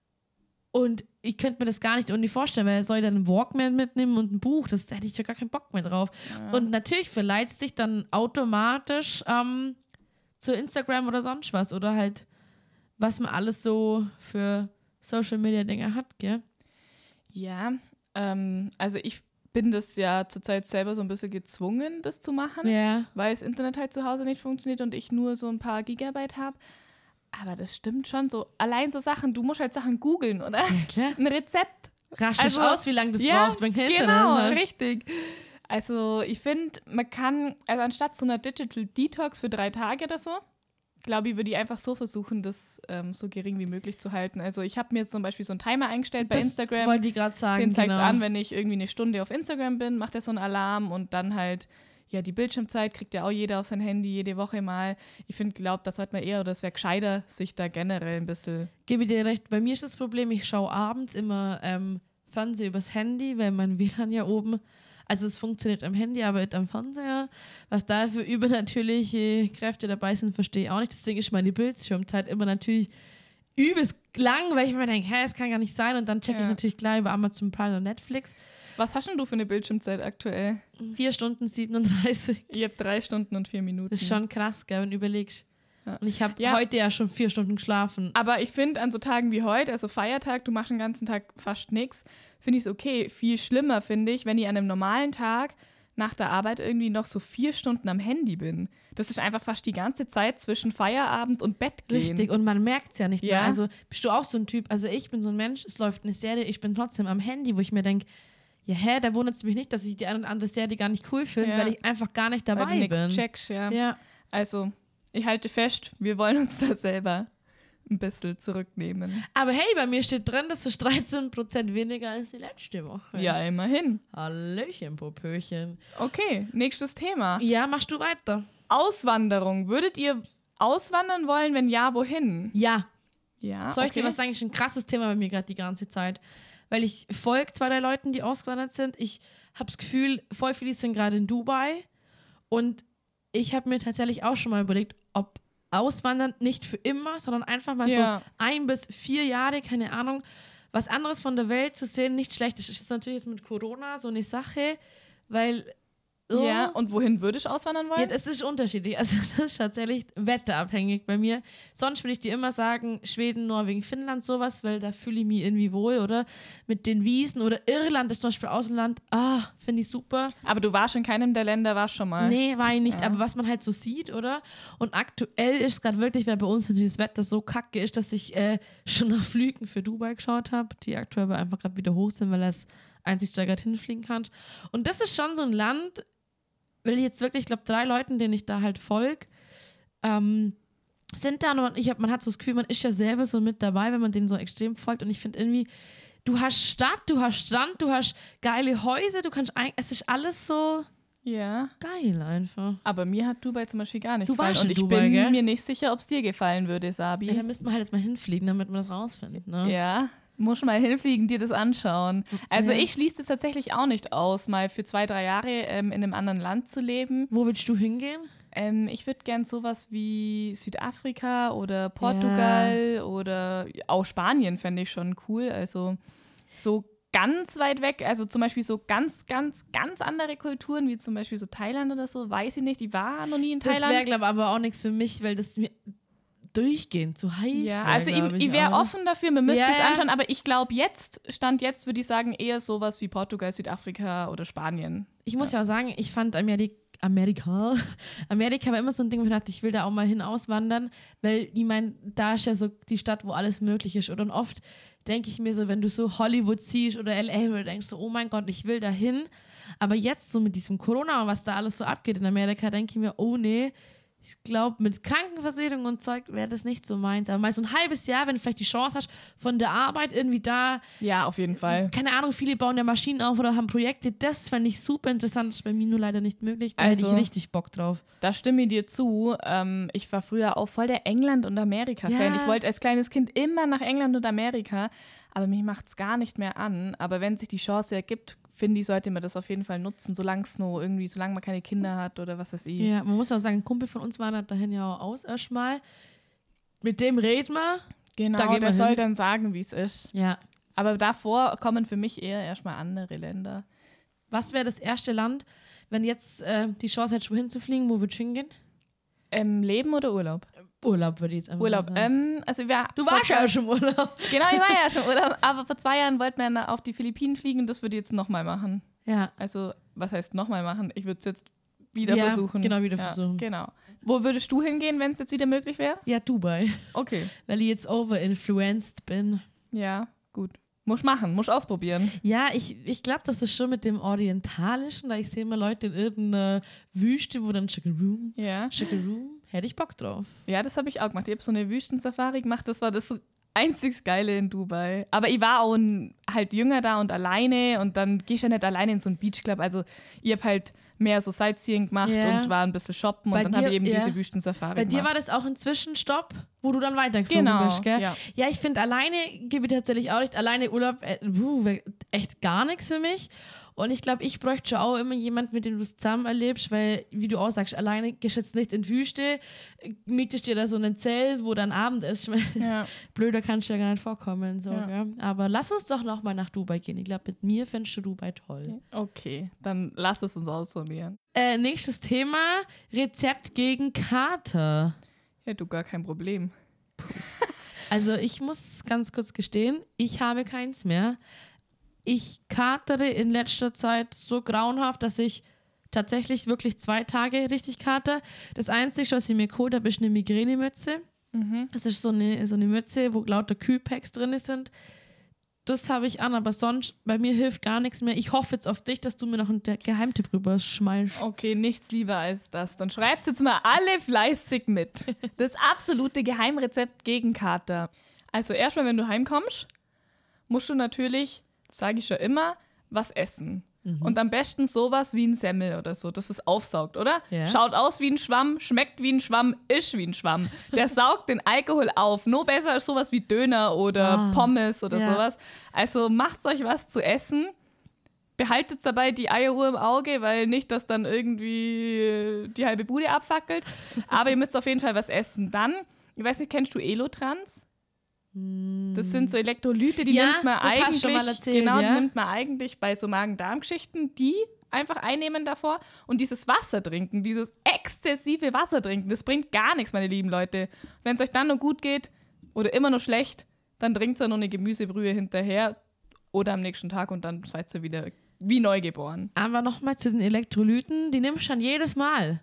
Und ich könnte mir das gar nicht irgendwie vorstellen, weil er soll dann einen Walkman mitnehmen und ein Buch. Das da hätte ich ja gar keinen Bock mehr drauf. Ja. Und natürlich verleiht es dich dann automatisch ähm, zu Instagram oder sonst was. Oder halt, was man alles so für Social-Media-Dinge hat, gell? Ja, ähm, also ich bin das ja zurzeit selber so ein bisschen gezwungen, das zu machen. Ja. Weil das Internet halt zu Hause nicht funktioniert und ich nur so ein paar Gigabyte habe. Aber das stimmt schon so. Allein so Sachen, du musst halt Sachen googeln, oder? Ja, klar. Ein Rezept. Rasch Also, aus, wie lange das ja, braucht, wenn kein Internet genau, hast. richtig. Also ich finde, man kann, also anstatt so einer Digital Detox für drei Tage oder so, glaube ich, würde ich einfach so versuchen, das ähm, so gering wie möglich zu halten. Also ich habe mir jetzt zum Beispiel so einen Timer eingestellt bei Das Instagram. wollte ich gerade sagen, Den zeigt es genau. an, wenn ich irgendwie eine Stunde auf Instagram bin, macht er so einen Alarm und dann halt, ja, die Bildschirmzeit kriegt ja auch jeder auf sein Handy jede Woche mal. Ich finde, glaube, das sollte man eher, oder es wäre gescheiter, sich da generell ein bisschen... Gebe dir recht, bei mir ist das Problem, ich schaue abends immer ähm, Fernsehen übers Handy, weil mein W L A N ja oben, also es funktioniert am Handy, aber nicht am Fernseher. Was da für übernatürliche Kräfte dabei sind, verstehe ich auch nicht. Deswegen ist meine Bildschirmzeit immer natürlich übelst lang, weil ich mir denke, hä, das kann gar nicht sein. Und dann checke Ja. ich natürlich gleich über Amazon Prime und Netflix. Was hast denn du für eine Bildschirmzeit aktuell? vier Stunden siebenunddreißig. Ich habe drei Stunden und vier Minuten. Das ist schon krass, gell, wenn du überlegst. Ja. Und ich habe Ja. heute ja schon vier Stunden geschlafen. Aber ich finde, an so Tagen wie heute, also Feiertag, du machst den ganzen Tag fast nichts, finde ich es okay. Viel schlimmer finde ich, wenn ich an einem normalen Tag nach der Arbeit irgendwie noch so vier Stunden am Handy bin. Das ist einfach fast die ganze Zeit zwischen Feierabend und Bett gehen. Richtig, und man merkt es ja nicht Ja. mehr. Also bist du auch so ein Typ, also ich bin so ein Mensch, es läuft eine Serie, ich bin trotzdem am Handy, wo ich mir denke, ja hä, da wundert es mich nicht, dass ich die eine oder andere Serie gar nicht cool finde, Ja. weil ich einfach gar nicht Weil dabei du nichts bin. checkst, ja. Ja. Also, ich halte fest, wir wollen uns da selber ein bisschen zurücknehmen. Aber hey, bei mir steht drin, das ist dreizehn Prozent weniger als die letzte Woche. Ja, immerhin. Hallöchen, Popöchen. Okay, nächstes Thema. Ja, machst du weiter? Auswanderung. Würdet ihr auswandern wollen? Wenn ja, wohin? Ja. Ja, Soll ich okay. dir was sagen? Das ist ein krasses Thema bei mir gerade die ganze Zeit. Weil ich folge zwei, drei Leuten, die ausgewandert sind. Ich habe das Gefühl, voll viele sind gerade in Dubai. Und ich habe mir tatsächlich auch schon mal überlegt, ob Auswandern nicht für immer, sondern einfach mal Ja. so ein bis vier Jahre, keine Ahnung, was anderes von der Welt zu sehen, nicht schlecht ist. Das ist natürlich jetzt mit Corona so eine Sache, weil... Oh, Ja, und wohin würdest du auswandern wollen? ja, das ist unterschiedlich. Also das ist tatsächlich wetterabhängig bei mir. Sonst würde ich dir immer sagen, Schweden, Norwegen, Finnland, sowas, weil da fühle ich mich irgendwie wohl, oder? Mit den Wiesen oder Irland ist zum Beispiel Außenland. Ah, finde ich super. Aber du warst in keinem der Länder, warst schon mal. Nee, war ich nicht. Ja. Aber was man halt so sieht, oder? Und aktuell ist es gerade wirklich, weil bei uns natürlich das Wetter so kacke ist, dass ich äh, schon nach Flügen für Dubai geschaut habe, die aktuell aber einfach gerade wieder hoch sind, weil das einzig da gerade hinfliegen kann. Und das ist schon so ein Land, will ich jetzt wirklich, ich glaube, drei Leuten, denen ich da halt folge, ähm, sind da und ich hab, man hat so das Gefühl, man ist ja selber so mit dabei, wenn man denen so extrem folgt. Und ich finde irgendwie, du hast Stadt, du hast Strand, du hast geile Häuser, du kannst ein, es ist alles so Ja. geil einfach. Aber mir hat Dubai zum Beispiel gar nicht Du gefallen. warst Und in ich Dubai, bin gell? mir nicht sicher, ob es dir gefallen würde, Sabi. Ja, da müssten wir halt jetzt mal hinfliegen, damit man das rausfindet. Ne? Ja, muss mal hinfliegen, dir das anschauen. Also ich schließe es tatsächlich auch nicht aus, mal für zwei, drei Jahre ähm, in einem anderen Land zu leben. Wo willst du hingehen? Ähm, ich würde gern sowas wie Südafrika oder Portugal oder auch Spanien fände ich schon cool. Also so ganz weit weg, also zum Beispiel so ganz, ganz, ganz andere Kulturen, wie zum Beispiel so Thailand oder so, weiß ich nicht. Ich war noch nie in Das Thailand. wäre, glaube ich, aber auch nichts für mich, weil das mir durchgehend zu heiß Ja, wär, also ich, glaub ich wäre auch. offen dafür, man müsste Ja, es ja. anschauen, aber ich glaube jetzt, Stand jetzt, würde ich sagen, eher sowas wie Portugal, Südafrika oder Spanien. Ich muss ja auch sagen, ich fand Amerika, Amerika, Amerika war immer so ein Ding, wo ich dachte, ich will da auch mal hin auswandern, weil ich meine, da ist ja so die Stadt, wo alles möglich ist. Und oft denke ich mir so, wenn du so Hollywood siehst oder L A, wo du denkst so, oh mein Gott, ich will da hin. Aber jetzt so mit diesem Corona und was da alles so abgeht in Amerika, denke ich mir, oh nee, Ich glaube, mit Krankenversicherung und Zeug wäre das nicht so meins. Aber mal so ein halbes Jahr, wenn du vielleicht die Chance hast, von der Arbeit irgendwie da. Ja, auf jeden Fall. Keine Ahnung, viele bauen ja Maschinen auf oder haben Projekte. Das fände ich super interessant. Das ist bei mir nur leider nicht möglich. Da Also, hätte ich richtig Bock drauf. Da stimme ich dir zu. Ähm, ich war früher auch voll der England- und Amerika-Fan. Ja. Ich wollte als kleines Kind immer nach England und Amerika. Aber mich macht es gar nicht mehr an. Aber wenn sich die Chance ergibt, finde ich, sollte man das auf jeden Fall nutzen, solange es nur irgendwie, solange man keine Kinder hat oder was weiß ich. Ja, man muss auch sagen, ein Kumpel von uns wandert dahin ja auch aus erstmal. Mit dem reden wir. Genau, Da geht der man soll hin. dann sagen, wie es ist. Ja. Aber davor kommen für mich eher erstmal andere Länder. Was wäre das erste Land, wenn jetzt äh, die Chance hättest, wohin zu fliegen, wo würdest du hingehen? Ähm, Leben oder Urlaub? Urlaub würde ich jetzt einfach Urlaub. mal sagen. Ähm, also wir, Du warst ja auch schon im Urlaub. Genau, ich war ja schon im Urlaub. Aber vor zwei Jahren wollten wir auf die Philippinen fliegen und das würde ich jetzt nochmal machen. Ja. Also, was heißt nochmal machen? Ich würde es jetzt wieder Ja, versuchen. genau, wieder ja, versuchen. Genau. Wo würdest du hingehen, wenn es jetzt wieder möglich wäre? Ja, Dubai. Okay. Weil ich jetzt overinfluenced bin. Ja, gut. Muss machen, muss ausprobieren. Ja, ich, ich glaube, das ist schon mit dem Orientalischen, da ich sehe immer Leute in irgendeiner Wüste, wo dann Chickaroom, Ja. Chickaroom, hätte ich Bock drauf. Ja, das habe ich auch gemacht. Ich habe so eine Wüstensafari gemacht. Das war das einzig Geile in Dubai. Aber ich war auch ein, halt jünger da und alleine und dann gehst du ja nicht alleine in so einen Beachclub. Also ich habe halt mehr so Sightseeing gemacht Ja. und war ein bisschen shoppen Bei und dann dir- habe ich eben ja. diese Wüstensafari Bei dir gemacht. war das auch ein Zwischenstopp, wo du dann weitergeflogen Genau, bist, gell? ja. Ja, ich finde, alleine gebe ich tatsächlich auch nicht. Alleine Urlaub, äh, puh, wär echt gar nichts für mich. Und ich glaube, ich bräuchte schon auch immer jemanden, mit dem du es zusammen erlebst, weil, wie du auch sagst, alleine gehst du jetzt nicht in die Wüste, äh, mietest dir da so ein Zelt, wo dann Abend ist. Ich mein, Ja. blöder kannst du ja gar nicht vorkommen. So, Ja. gell? Aber lass uns doch noch mal nach Dubai gehen. Ich glaube, mit mir findest du Dubai toll. Okay, dann lass es uns ausprobieren. Äh, nächstes Thema, Rezept gegen Kater. Ja, du, gar kein Problem. Also ich muss ganz kurz gestehen, ich habe keins mehr. Ich katere in letzter Zeit so grauenhaft, dass ich tatsächlich wirklich zwei Tage richtig kater. Das Einzige, was ich mir geholt habe, ist eine Migränemütze. Mhm. Das ist so eine, so eine Mütze, wo lauter Kühlpacks drin sind. Das habe ich an, aber sonst, bei mir hilft gar nichts mehr. Ich hoffe jetzt auf dich, dass du mir noch einen Geheimtipp rüber schmeißt. Okay, nichts lieber als das. Dann schreibt jetzt mal alle fleißig mit. Das absolute Geheimrezept gegen Kater. Also erstmal, wenn du heimkommst, musst du natürlich, das sage ich schon immer, was essen. Mhm. Und am besten sowas wie ein Semmel oder so, dass es aufsaugt, oder? Ja. Schaut aus wie ein Schwamm, schmeckt wie ein Schwamm, ist wie ein Schwamm. Der saugt den Alkohol auf. Nur besser als sowas wie Döner oder Ah, Pommes oder ja. sowas. Also macht euch was zu essen. Behaltet dabei die Eieruhr im Auge, weil nicht, dass dann irgendwie die halbe Bude abfackelt. Aber ihr müsst auf jeden Fall was essen. Dann, ich weiß nicht, kennst du Elotrans? Das sind so Elektrolyte, die Ja, nimmt man das hast du eigentlich, schon mal erzählt, genau, ja. die nimmt man eigentlich bei so Magen-Darm-Geschichten, die einfach einnehmen davor und dieses Wasser trinken, dieses exzessive Wasser trinken, das bringt gar nichts, meine lieben Leute. Wenn es euch dann noch gut geht oder immer noch schlecht, dann trinkt ihr noch eine Gemüsebrühe hinterher oder am nächsten Tag und dann seid ihr wieder wie neugeboren. Aber nochmal zu den Elektrolyten, die nimmst du dann jedes Mal.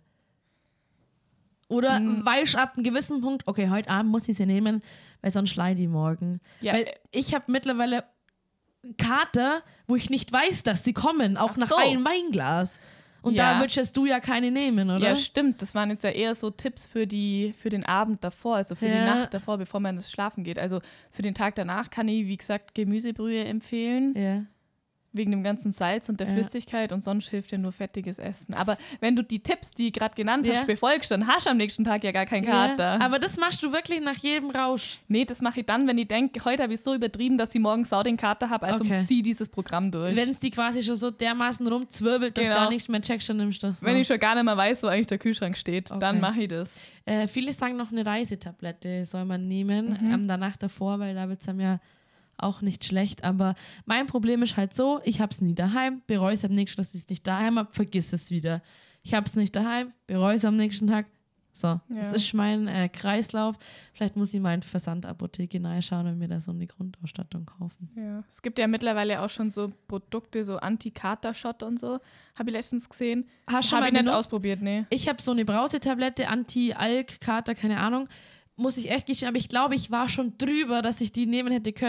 Oder Hm. weißt ab einem gewissen Punkt, okay, heute Abend muss ich sie nehmen, weil sonst schleie die morgen. Ja, weil äh, ich habe mittlerweile Kater, wo ich nicht weiß, dass sie kommen, auch Ach nach so. einem Weinglas. Und Ja. da würdest du ja keine nehmen, oder? Ja, stimmt. Das waren jetzt ja eher so Tipps für, die, für den Abend davor, also für die Ja. Nacht davor, bevor man ins Schlafen geht. Also für den Tag danach kann ich, wie gesagt, Gemüsebrühe empfehlen, Ja. wegen dem ganzen Salz und der Ja. Flüssigkeit und sonst hilft ja nur fettiges Essen. Aber wenn du die Tipps, die ich gerade genannt Ja. hast, befolgst, dann hast du am nächsten Tag ja gar keinen Kater. Ja. Aber das machst du wirklich nach jedem Rausch. Nee, das mache ich dann, wenn ich denke, heute habe ich so übertrieben, dass ich morgen sau den Kater habe, also Okay. zieh dieses Programm durch. Wenn es die quasi schon so dermaßen rumzwirbelt, dass Genau. da nichts mehr checkst, dann nimmst du das. wenn ich schon gar nicht mehr weiß, wo eigentlich der Kühlschrank steht, Okay. dann mache ich das. Äh, viele sagen noch eine Reisetablette soll man nehmen, Mhm. ähm, danach davor, weil da wird es einem ja auch nicht schlecht. Aber mein Problem ist halt so, ich habe es nie daheim, bereue es am nächsten Tag, dass ich es nicht daheim habe, vergiss es wieder. Ich habe es nicht daheim, bereue es am nächsten Tag. So, das ist mein äh, Kreislauf. Vielleicht muss ich mal in die Versandapotheke reinschauen und mir da so eine Grundausstattung kaufen. Ja. Es gibt ja mittlerweile auch schon so Produkte, so Anti-Kater-Shot und so. Habe ich letztens gesehen. Hast du schon Habe mal ich nicht benutzt? ausprobiert, nee. Ich habe so eine Brausetablette, Anti-Alk, Kater, keine Ahnung. Muss ich echt gestehen, aber ich glaube, ich war schon drüber, dass ich die nehmen hätte können.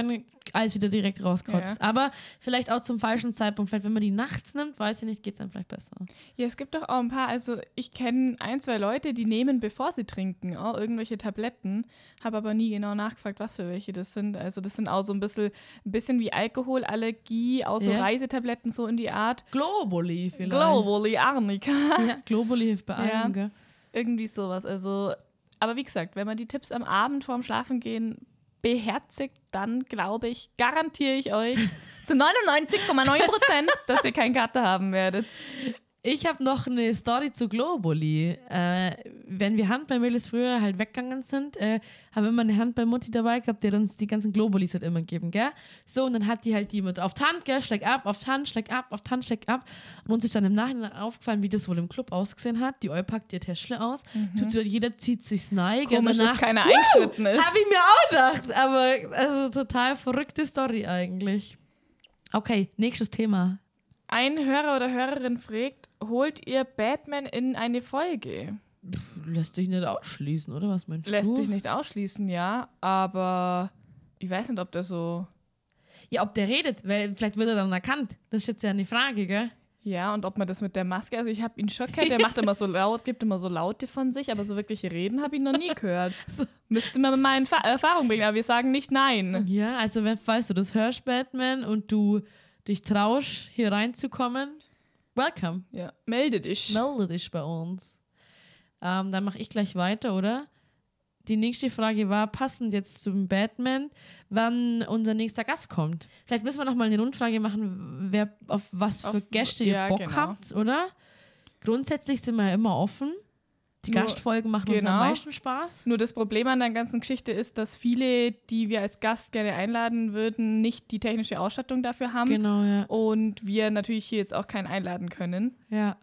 alles wieder direkt rauskotzt. Ja. Aber vielleicht auch zum falschen Zeitpunkt. Vielleicht, wenn man die nachts nimmt, weiß ich nicht, geht es dann vielleicht besser. Ja, es gibt doch auch ein paar, also ich kenne ein, zwei Leute, die nehmen, bevor sie trinken, auch irgendwelche Tabletten, habe aber nie genau nachgefragt, was für welche das sind. Also das sind auch so ein bisschen, ein bisschen wie Alkoholallergie, auch so Ja. Reisetabletten, so in die Art. Globuli vielleicht. Globally, Arnika. Ja, Globuli hilft bei allem, Ja. gell? Irgendwie sowas. Also, aber wie gesagt, wenn man die Tipps am Abend vorm Schlafengehen beherzigt, dann glaube ich, garantiere ich euch zu neunundneunzig Komma neun Prozent, dass ihr keinen Kater haben werdet. Ich habe noch eine Story zu Globuli. Äh, wenn wir Handballmädels früher halt weggegangen sind, äh, haben wir immer eine Handballmutti dabei gehabt, die hat uns die ganzen Globulis halt immer gegeben, gell? So, und dann hat die halt die mit auf die Hand, gell? Schläg ab, auf die Hand, schläg ab, auf die Hand, schläg ab. Und uns ist dann im Nachhinein aufgefallen, wie das wohl im Club ausgesehen hat. Die Eu packt ihr Täschle aus, mhm. tut so, jeder zieht sich's rein. Komisch, dass keiner eingeschnitten ist. Habe ich mir auch gedacht, aber also total verrückte Story eigentlich. Okay, nächstes Thema. Ein Hörer oder Hörerin fragt, holt ihr Batman in eine Folge? Lässt sich nicht ausschließen, oder was meinst du? Lässt sich nicht ausschließen, ja, aber ich weiß nicht, ob der so... Ja, ob der redet, weil vielleicht wird er dann erkannt. Das ist jetzt ja eine Frage, gell? Ja, und ob man das mit der Maske, also ich habe ihn schon gehört, der macht immer so laut, gibt immer so Laute von sich, aber so wirklich reden habe ich noch nie gehört. Müsste man mal in Erfahrung bringen, aber wir sagen nicht nein. Ja, also wenn, falls du das hörst, Batman, und du dich traust, hier reinzukommen, welcome. Ja, melde dich. Melde dich bei uns. Ähm, dann mache ich gleich weiter, oder? Die nächste Frage war, passend jetzt zum Batman, wann unser nächster Gast kommt. Vielleicht müssen wir noch mal eine Rundfrage machen, wer auf was für auf, Gäste ihr ja, Bock genau. habt, oder? Grundsätzlich sind wir ja immer offen. Die Nur, Gastfolgen machen uns genau. am meisten Spaß. Nur das Problem an der ganzen Geschichte ist, dass viele, die wir als Gast gerne einladen würden, nicht die technische Ausstattung dafür haben. Genau, ja. Und wir natürlich hier jetzt auch keinen einladen können. Ja.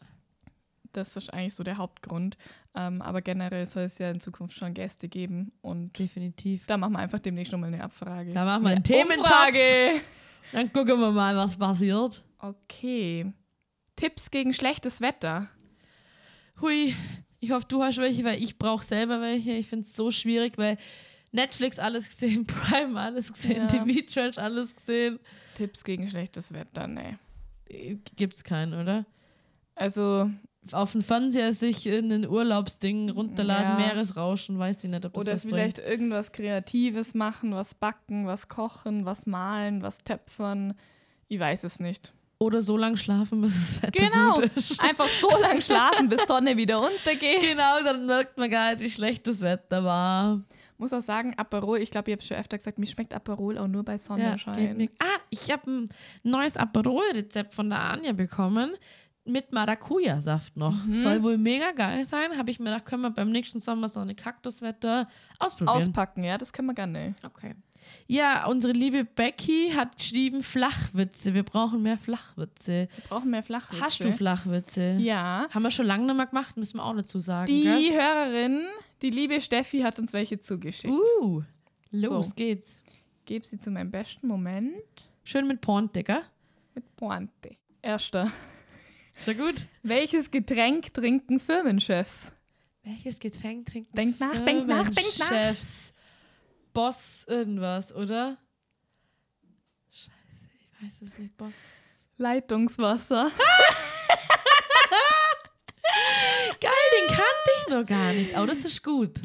Das ist eigentlich so der Hauptgrund. Ähm, aber generell soll es ja in Zukunft schon Gäste geben. Und Definitiv. da machen wir einfach demnächst nochmal eine Abfrage. Da machen wir eine einen Thementopf. Umfrage. Dann gucken wir mal, was passiert. Okay. Tipps gegen schlechtes Wetter. Hui, ich hoffe, du hast welche, weil ich brauche selber welche. Ich finde es so schwierig, weil Netflix alles gesehen, Prime alles gesehen, Ja. T V-Trash alles gesehen. Tipps gegen schlechtes Wetter, ne. Gibt's keinen, oder? Also, Auf dem Fernseher sich in ein Urlaubsding runterladen, Ja. Meeresrauschen, weiß ich nicht, ob das oder was vielleicht bringt. irgendwas Kreatives machen, was backen, was kochen, was malen, was töpfern. Ich weiß es nicht. Oder so lange schlafen, bis das Wetter Genau. gut ist. Einfach so lange schlafen, bis Sonne wieder untergeht. Genau, dann merkt man gar nicht, wie schlecht das Wetter war. Muss auch sagen, Aperol, ich glaube, ich habe es schon öfter gesagt, mir schmeckt Aperol auch nur bei Ja, Sonnenschein. geht nicht. Ah, ich habe ein neues Aperol-Rezept von der Anja bekommen. Mit Maracuja-Saft noch. Mhm. Soll wohl mega geil sein. Habe ich mir gedacht, können wir beim nächsten Sommer so eine Kaktuswetter ausprobieren. Auspacken, ja, das können wir gerne. Okay. Ja, unsere liebe Becky hat geschrieben Flachwitze. Wir brauchen mehr Flachwitze. Wir brauchen mehr Flachwitze. Hast du Flachwitze? Ja. Haben wir schon lange nicht mehr gemacht, müssen wir auch dazu sagen. Die gell? Hörerin, die liebe Steffi, hat uns welche zugeschickt. Uh, los So. geht's. Gebe sie zu meinem besten Moment Schön mit Pointe, gell? mit Pointe. Erster. Ist ja gut. Welches Getränk trinken Firmenchefs? Welches Getränk trinken Denk nach, denk nach, denk nach. Chefs? Boss irgendwas, oder? Scheiße, ich weiß es nicht. Boss. Leitungswasser. Geil, den kannte ich noch gar nicht. Oh, das ist gut.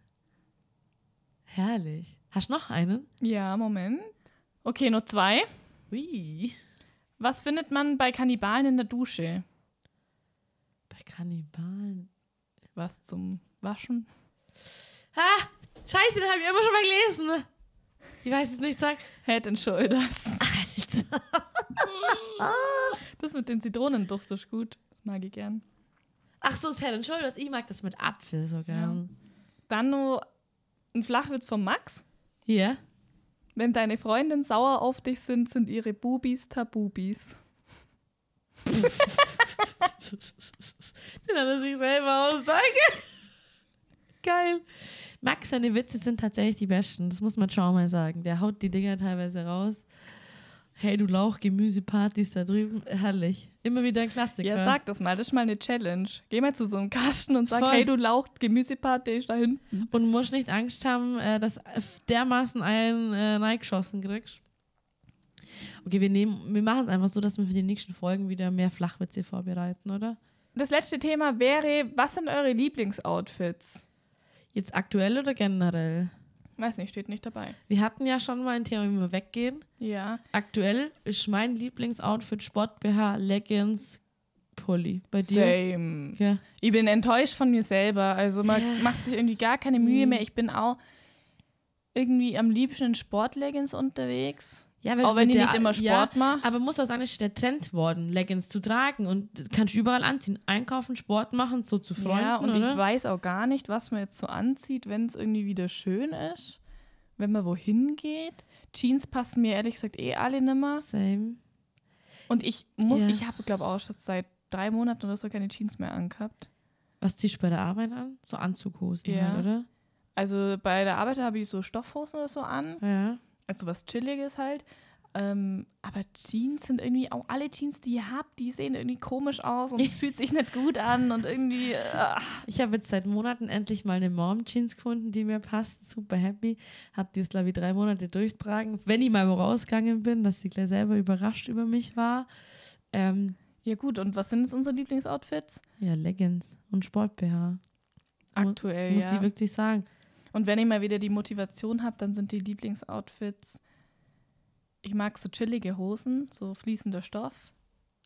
Herrlich. Hast du noch einen? Ja, Moment. Okay, nur zwei. Ui. Was findet man bei Kannibalen in der Dusche? Bei Kannibalen. Was zum Waschen? Ah, scheiße, den habe ich immer schon mal gelesen. Ich weiß es nicht, sag. Head and Shoulders. Alter. Das mit dem Zitronenduft ist gut. Das mag ich gern. Ach so, das Head and Shoulders. Ich mag das mit Apfel so gern. Dann noch ein Flachwitz von Max. Hier. Wenn deine Freundinnen sauer auf dich sind, sind ihre Bubis Tabubis. Den hat er sich selber ausgedacht. Geil. Max, seine Witze sind tatsächlich die besten. Das muss man schon mal sagen. Der haut die Dinger teilweise raus. Hey, du Lauch, Gemüsepartys da drüben. Herrlich. Immer wieder ein Klassiker. Ja, sag das mal. Das ist mal eine Challenge. Geh mal zu so einem Kasten und sag, Voll. hey, du Lauch, Gemüseparty ist da hinten. Und musst nicht Angst haben, äh, dass dermaßen einen äh, reingeschossen kriegst. Okay, wir, nehmen, wir machen es einfach so, dass wir für die nächsten Folgen wieder mehr Flachwitze vorbereiten, oder? Das letzte Thema wäre, was sind eure Lieblingsoutfits? Jetzt aktuell oder generell? Weiß nicht, steht nicht dabei. Wir hatten ja schon mal ein Thema, wie wir weggehen. Ja. Aktuell ist mein Lieblingsoutfit Sport-B H, Leggings, Pulli. Bei dir? Same. Okay. Ich bin enttäuscht von mir selber. Also man Ja. macht sich irgendwie gar keine Mühe mehr. Ich bin auch irgendwie am liebsten in Sportleggings unterwegs. Ja, Auch wenn mit ich der- nicht immer Sport ja, mache. aber muss auch sagen, es ist der Trend worden, Leggings zu tragen und kannst du überall anziehen. Einkaufen, Sport machen, so zu Freunden, Ja, und oder? ich weiß auch gar nicht, was man jetzt so anzieht, wenn es irgendwie wieder schön ist. Wenn man wohin geht. Jeans passen mir ehrlich gesagt eh alle nimmer. Same. Und ich muss, Ja. ich habe glaube auch schon seit drei Monaten oder so keine Jeans mehr angehabt. Was ziehst du bei der Arbeit an? So Anzughosen Ja. halt, oder? Also bei der Arbeit habe ich so Stoffhosen oder so an. Ja. Also was Chilliges halt. Ähm, aber Jeans sind irgendwie auch alle Jeans, die ihr habt, die sehen irgendwie komisch aus und es fühlt sich nicht gut an und irgendwie. Äh, Ich habe jetzt seit Monaten endlich mal eine Mom-Jeans gefunden, die mir passt. Super happy. Hab die jetzt, glaube ich, drei Monate durchtragen. Wenn ich mal wo rausgegangen bin, dass sie gleich selber überrascht über mich war. Ähm, ja gut, und was sind jetzt unsere Lieblingsoutfits? ja, Leggings und Sport-B H. Aktuell, Muss ja. ich wirklich sagen. Und wenn ich mal wieder die Motivation habe, dann sind die Lieblingsoutfits. Ich mag so chillige Hosen, so fließender Stoff.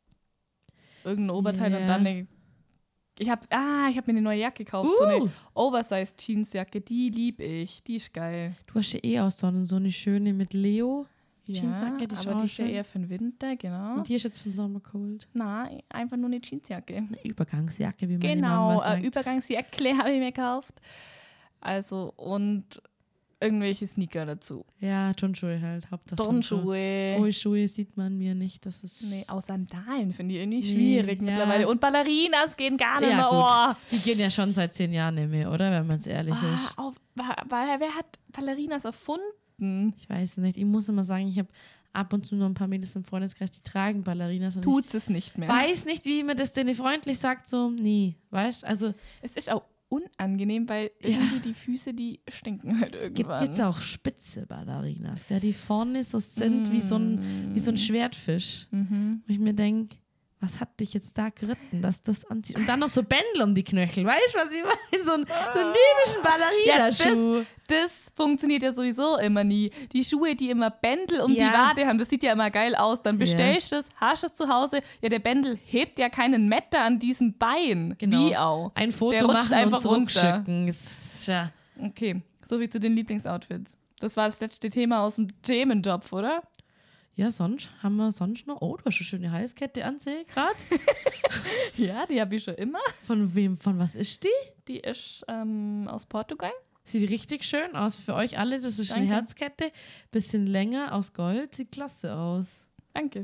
Irgendein Oberteil Ja. und dann eine. Ich habe ah, ich habe mir eine neue Jacke gekauft, so Uh. eine Oversized Jeansjacke, die lieb ich, die ist geil. Du hast ja eh auch so eine, so eine schöne mit Leo. Ja, Jeansjacke, die ist aber auch die ist ja schön. eher für den Winter, genau. Und die ist jetzt von Sommer geholt. Nein, einfach nur eine Jeansjacke. Eine Übergangsjacke, wie meine Genau, Mama äh, sagt. Übergangsjacke habe ich mir gekauft. Also und irgendwelche Sneaker dazu. Ja, Turnschuhe halt. Hauptsache Turnschuhe. Turnschuhe. Hohe Schuhe sieht man mir nicht. Das ist. Nee, auch Sandalen finde ich irgendwie Nee, schwierig ja. mittlerweile. Und Ballerinas gehen gar nicht Ja, mehr. gut. Oh. Die gehen ja schon seit zehn Jahren nicht mehr, oder? Wenn man es ehrlich ist. Ah, auf, wa- wa- wer hat Ballerinas erfunden? Ich weiß nicht. Ich muss immer sagen, ich habe ab und zu noch ein paar Mädels im Freundeskreis, die tragen Ballerinas. Und Tut es nicht ich mehr. weiß nicht, wie man das denen freundlich sagt, so, nee, weißt du? Also, Es ist auch unangenehm, weil irgendwie die Füße, die stinken halt es irgendwann. gibt jetzt auch spitze Ballerinas, gell, die vorne so sind wie, so ein, wie so ein Schwertfisch. Mhm. Wo ich mir denke, was hat dich jetzt da geritten, dass das anzieht? Und dann noch so Bändel um die Knöchel, weißt du, was ich meine? So ein, so einen typischen Ballerina-Schuh. Das funktioniert ja sowieso immer nie. Die Schuhe, die immer Bändel um Ja. die Wade haben, das sieht ja immer geil aus. Dann bestellst du es, hast es zu Hause. Ja, der Bändel hebt ja keinen Meter an diesem Bein. Genau. Wie auch. Ein Foto Der rutscht machen einfach und runter. zurückschicken. Ist, ja. Okay, soviel zu den Lieblingsoutfits. Das war das letzte Thema aus dem Thementopf, oder? ja, sonst haben wir sonst noch. Oh, du hast eine schöne Halskette an, sehe ich gerade. Ja, die habe ich schon immer. Von wem, von was ist die? Die ist ähm, aus Portugal. Sieht richtig schön aus. Für euch alle, das ist eine Danke. Herzkette. Bisschen länger, aus Gold. Sieht klasse aus. Danke.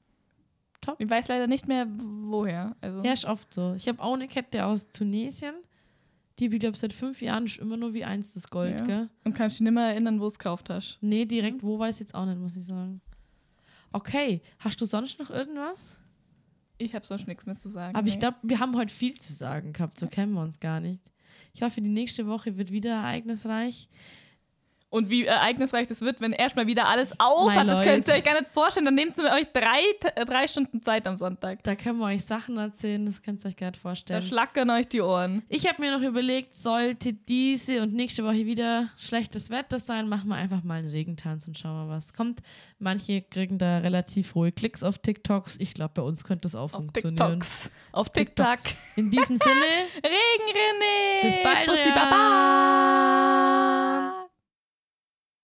Top. Ich weiß leider nicht mehr, woher. Also, Ja, ist oft so. Ich habe auch eine Kette aus Tunesien. Die, ich glaube, seit fünf Jahren ist immer nur wie eins das Gold, Ja. gell? Und kannst dich nicht mehr erinnern, wo du es gekauft hast. Nee, direkt wo weiß ich jetzt auch nicht, muss ich sagen. Okay, hast du sonst noch irgendwas? Ich habe sonst nichts mehr zu sagen. Aber ich nee. glaube, wir haben heute viel zu sagen gehabt, so kennen wir uns gar nicht. Ich hoffe, die nächste Woche wird wieder ereignisreich. Und wie ereignisreich das wird, wenn erstmal wieder alles auf Mein hat, das Leute. könnt ihr euch gar nicht vorstellen. Dann nehmt ihr euch drei, äh, drei Stunden Zeit am Sonntag. Da können wir euch Sachen erzählen, das könnt ihr euch gerade Da vorstellen. schlackern euch die Ohren. Ich habe mir noch überlegt, sollte diese und nächste Woche wieder schlechtes Wetter sein, machen wir einfach mal einen Regentanz und schauen mal, was kommt. Manche kriegen da relativ hohe Klicks auf TikToks. Ich glaube, bei uns könnte das auch Auf funktionieren. TikToks. Auf TikTok. In diesem Sinne, Regenrinne. bis bald. Bussi, Rea. Baba.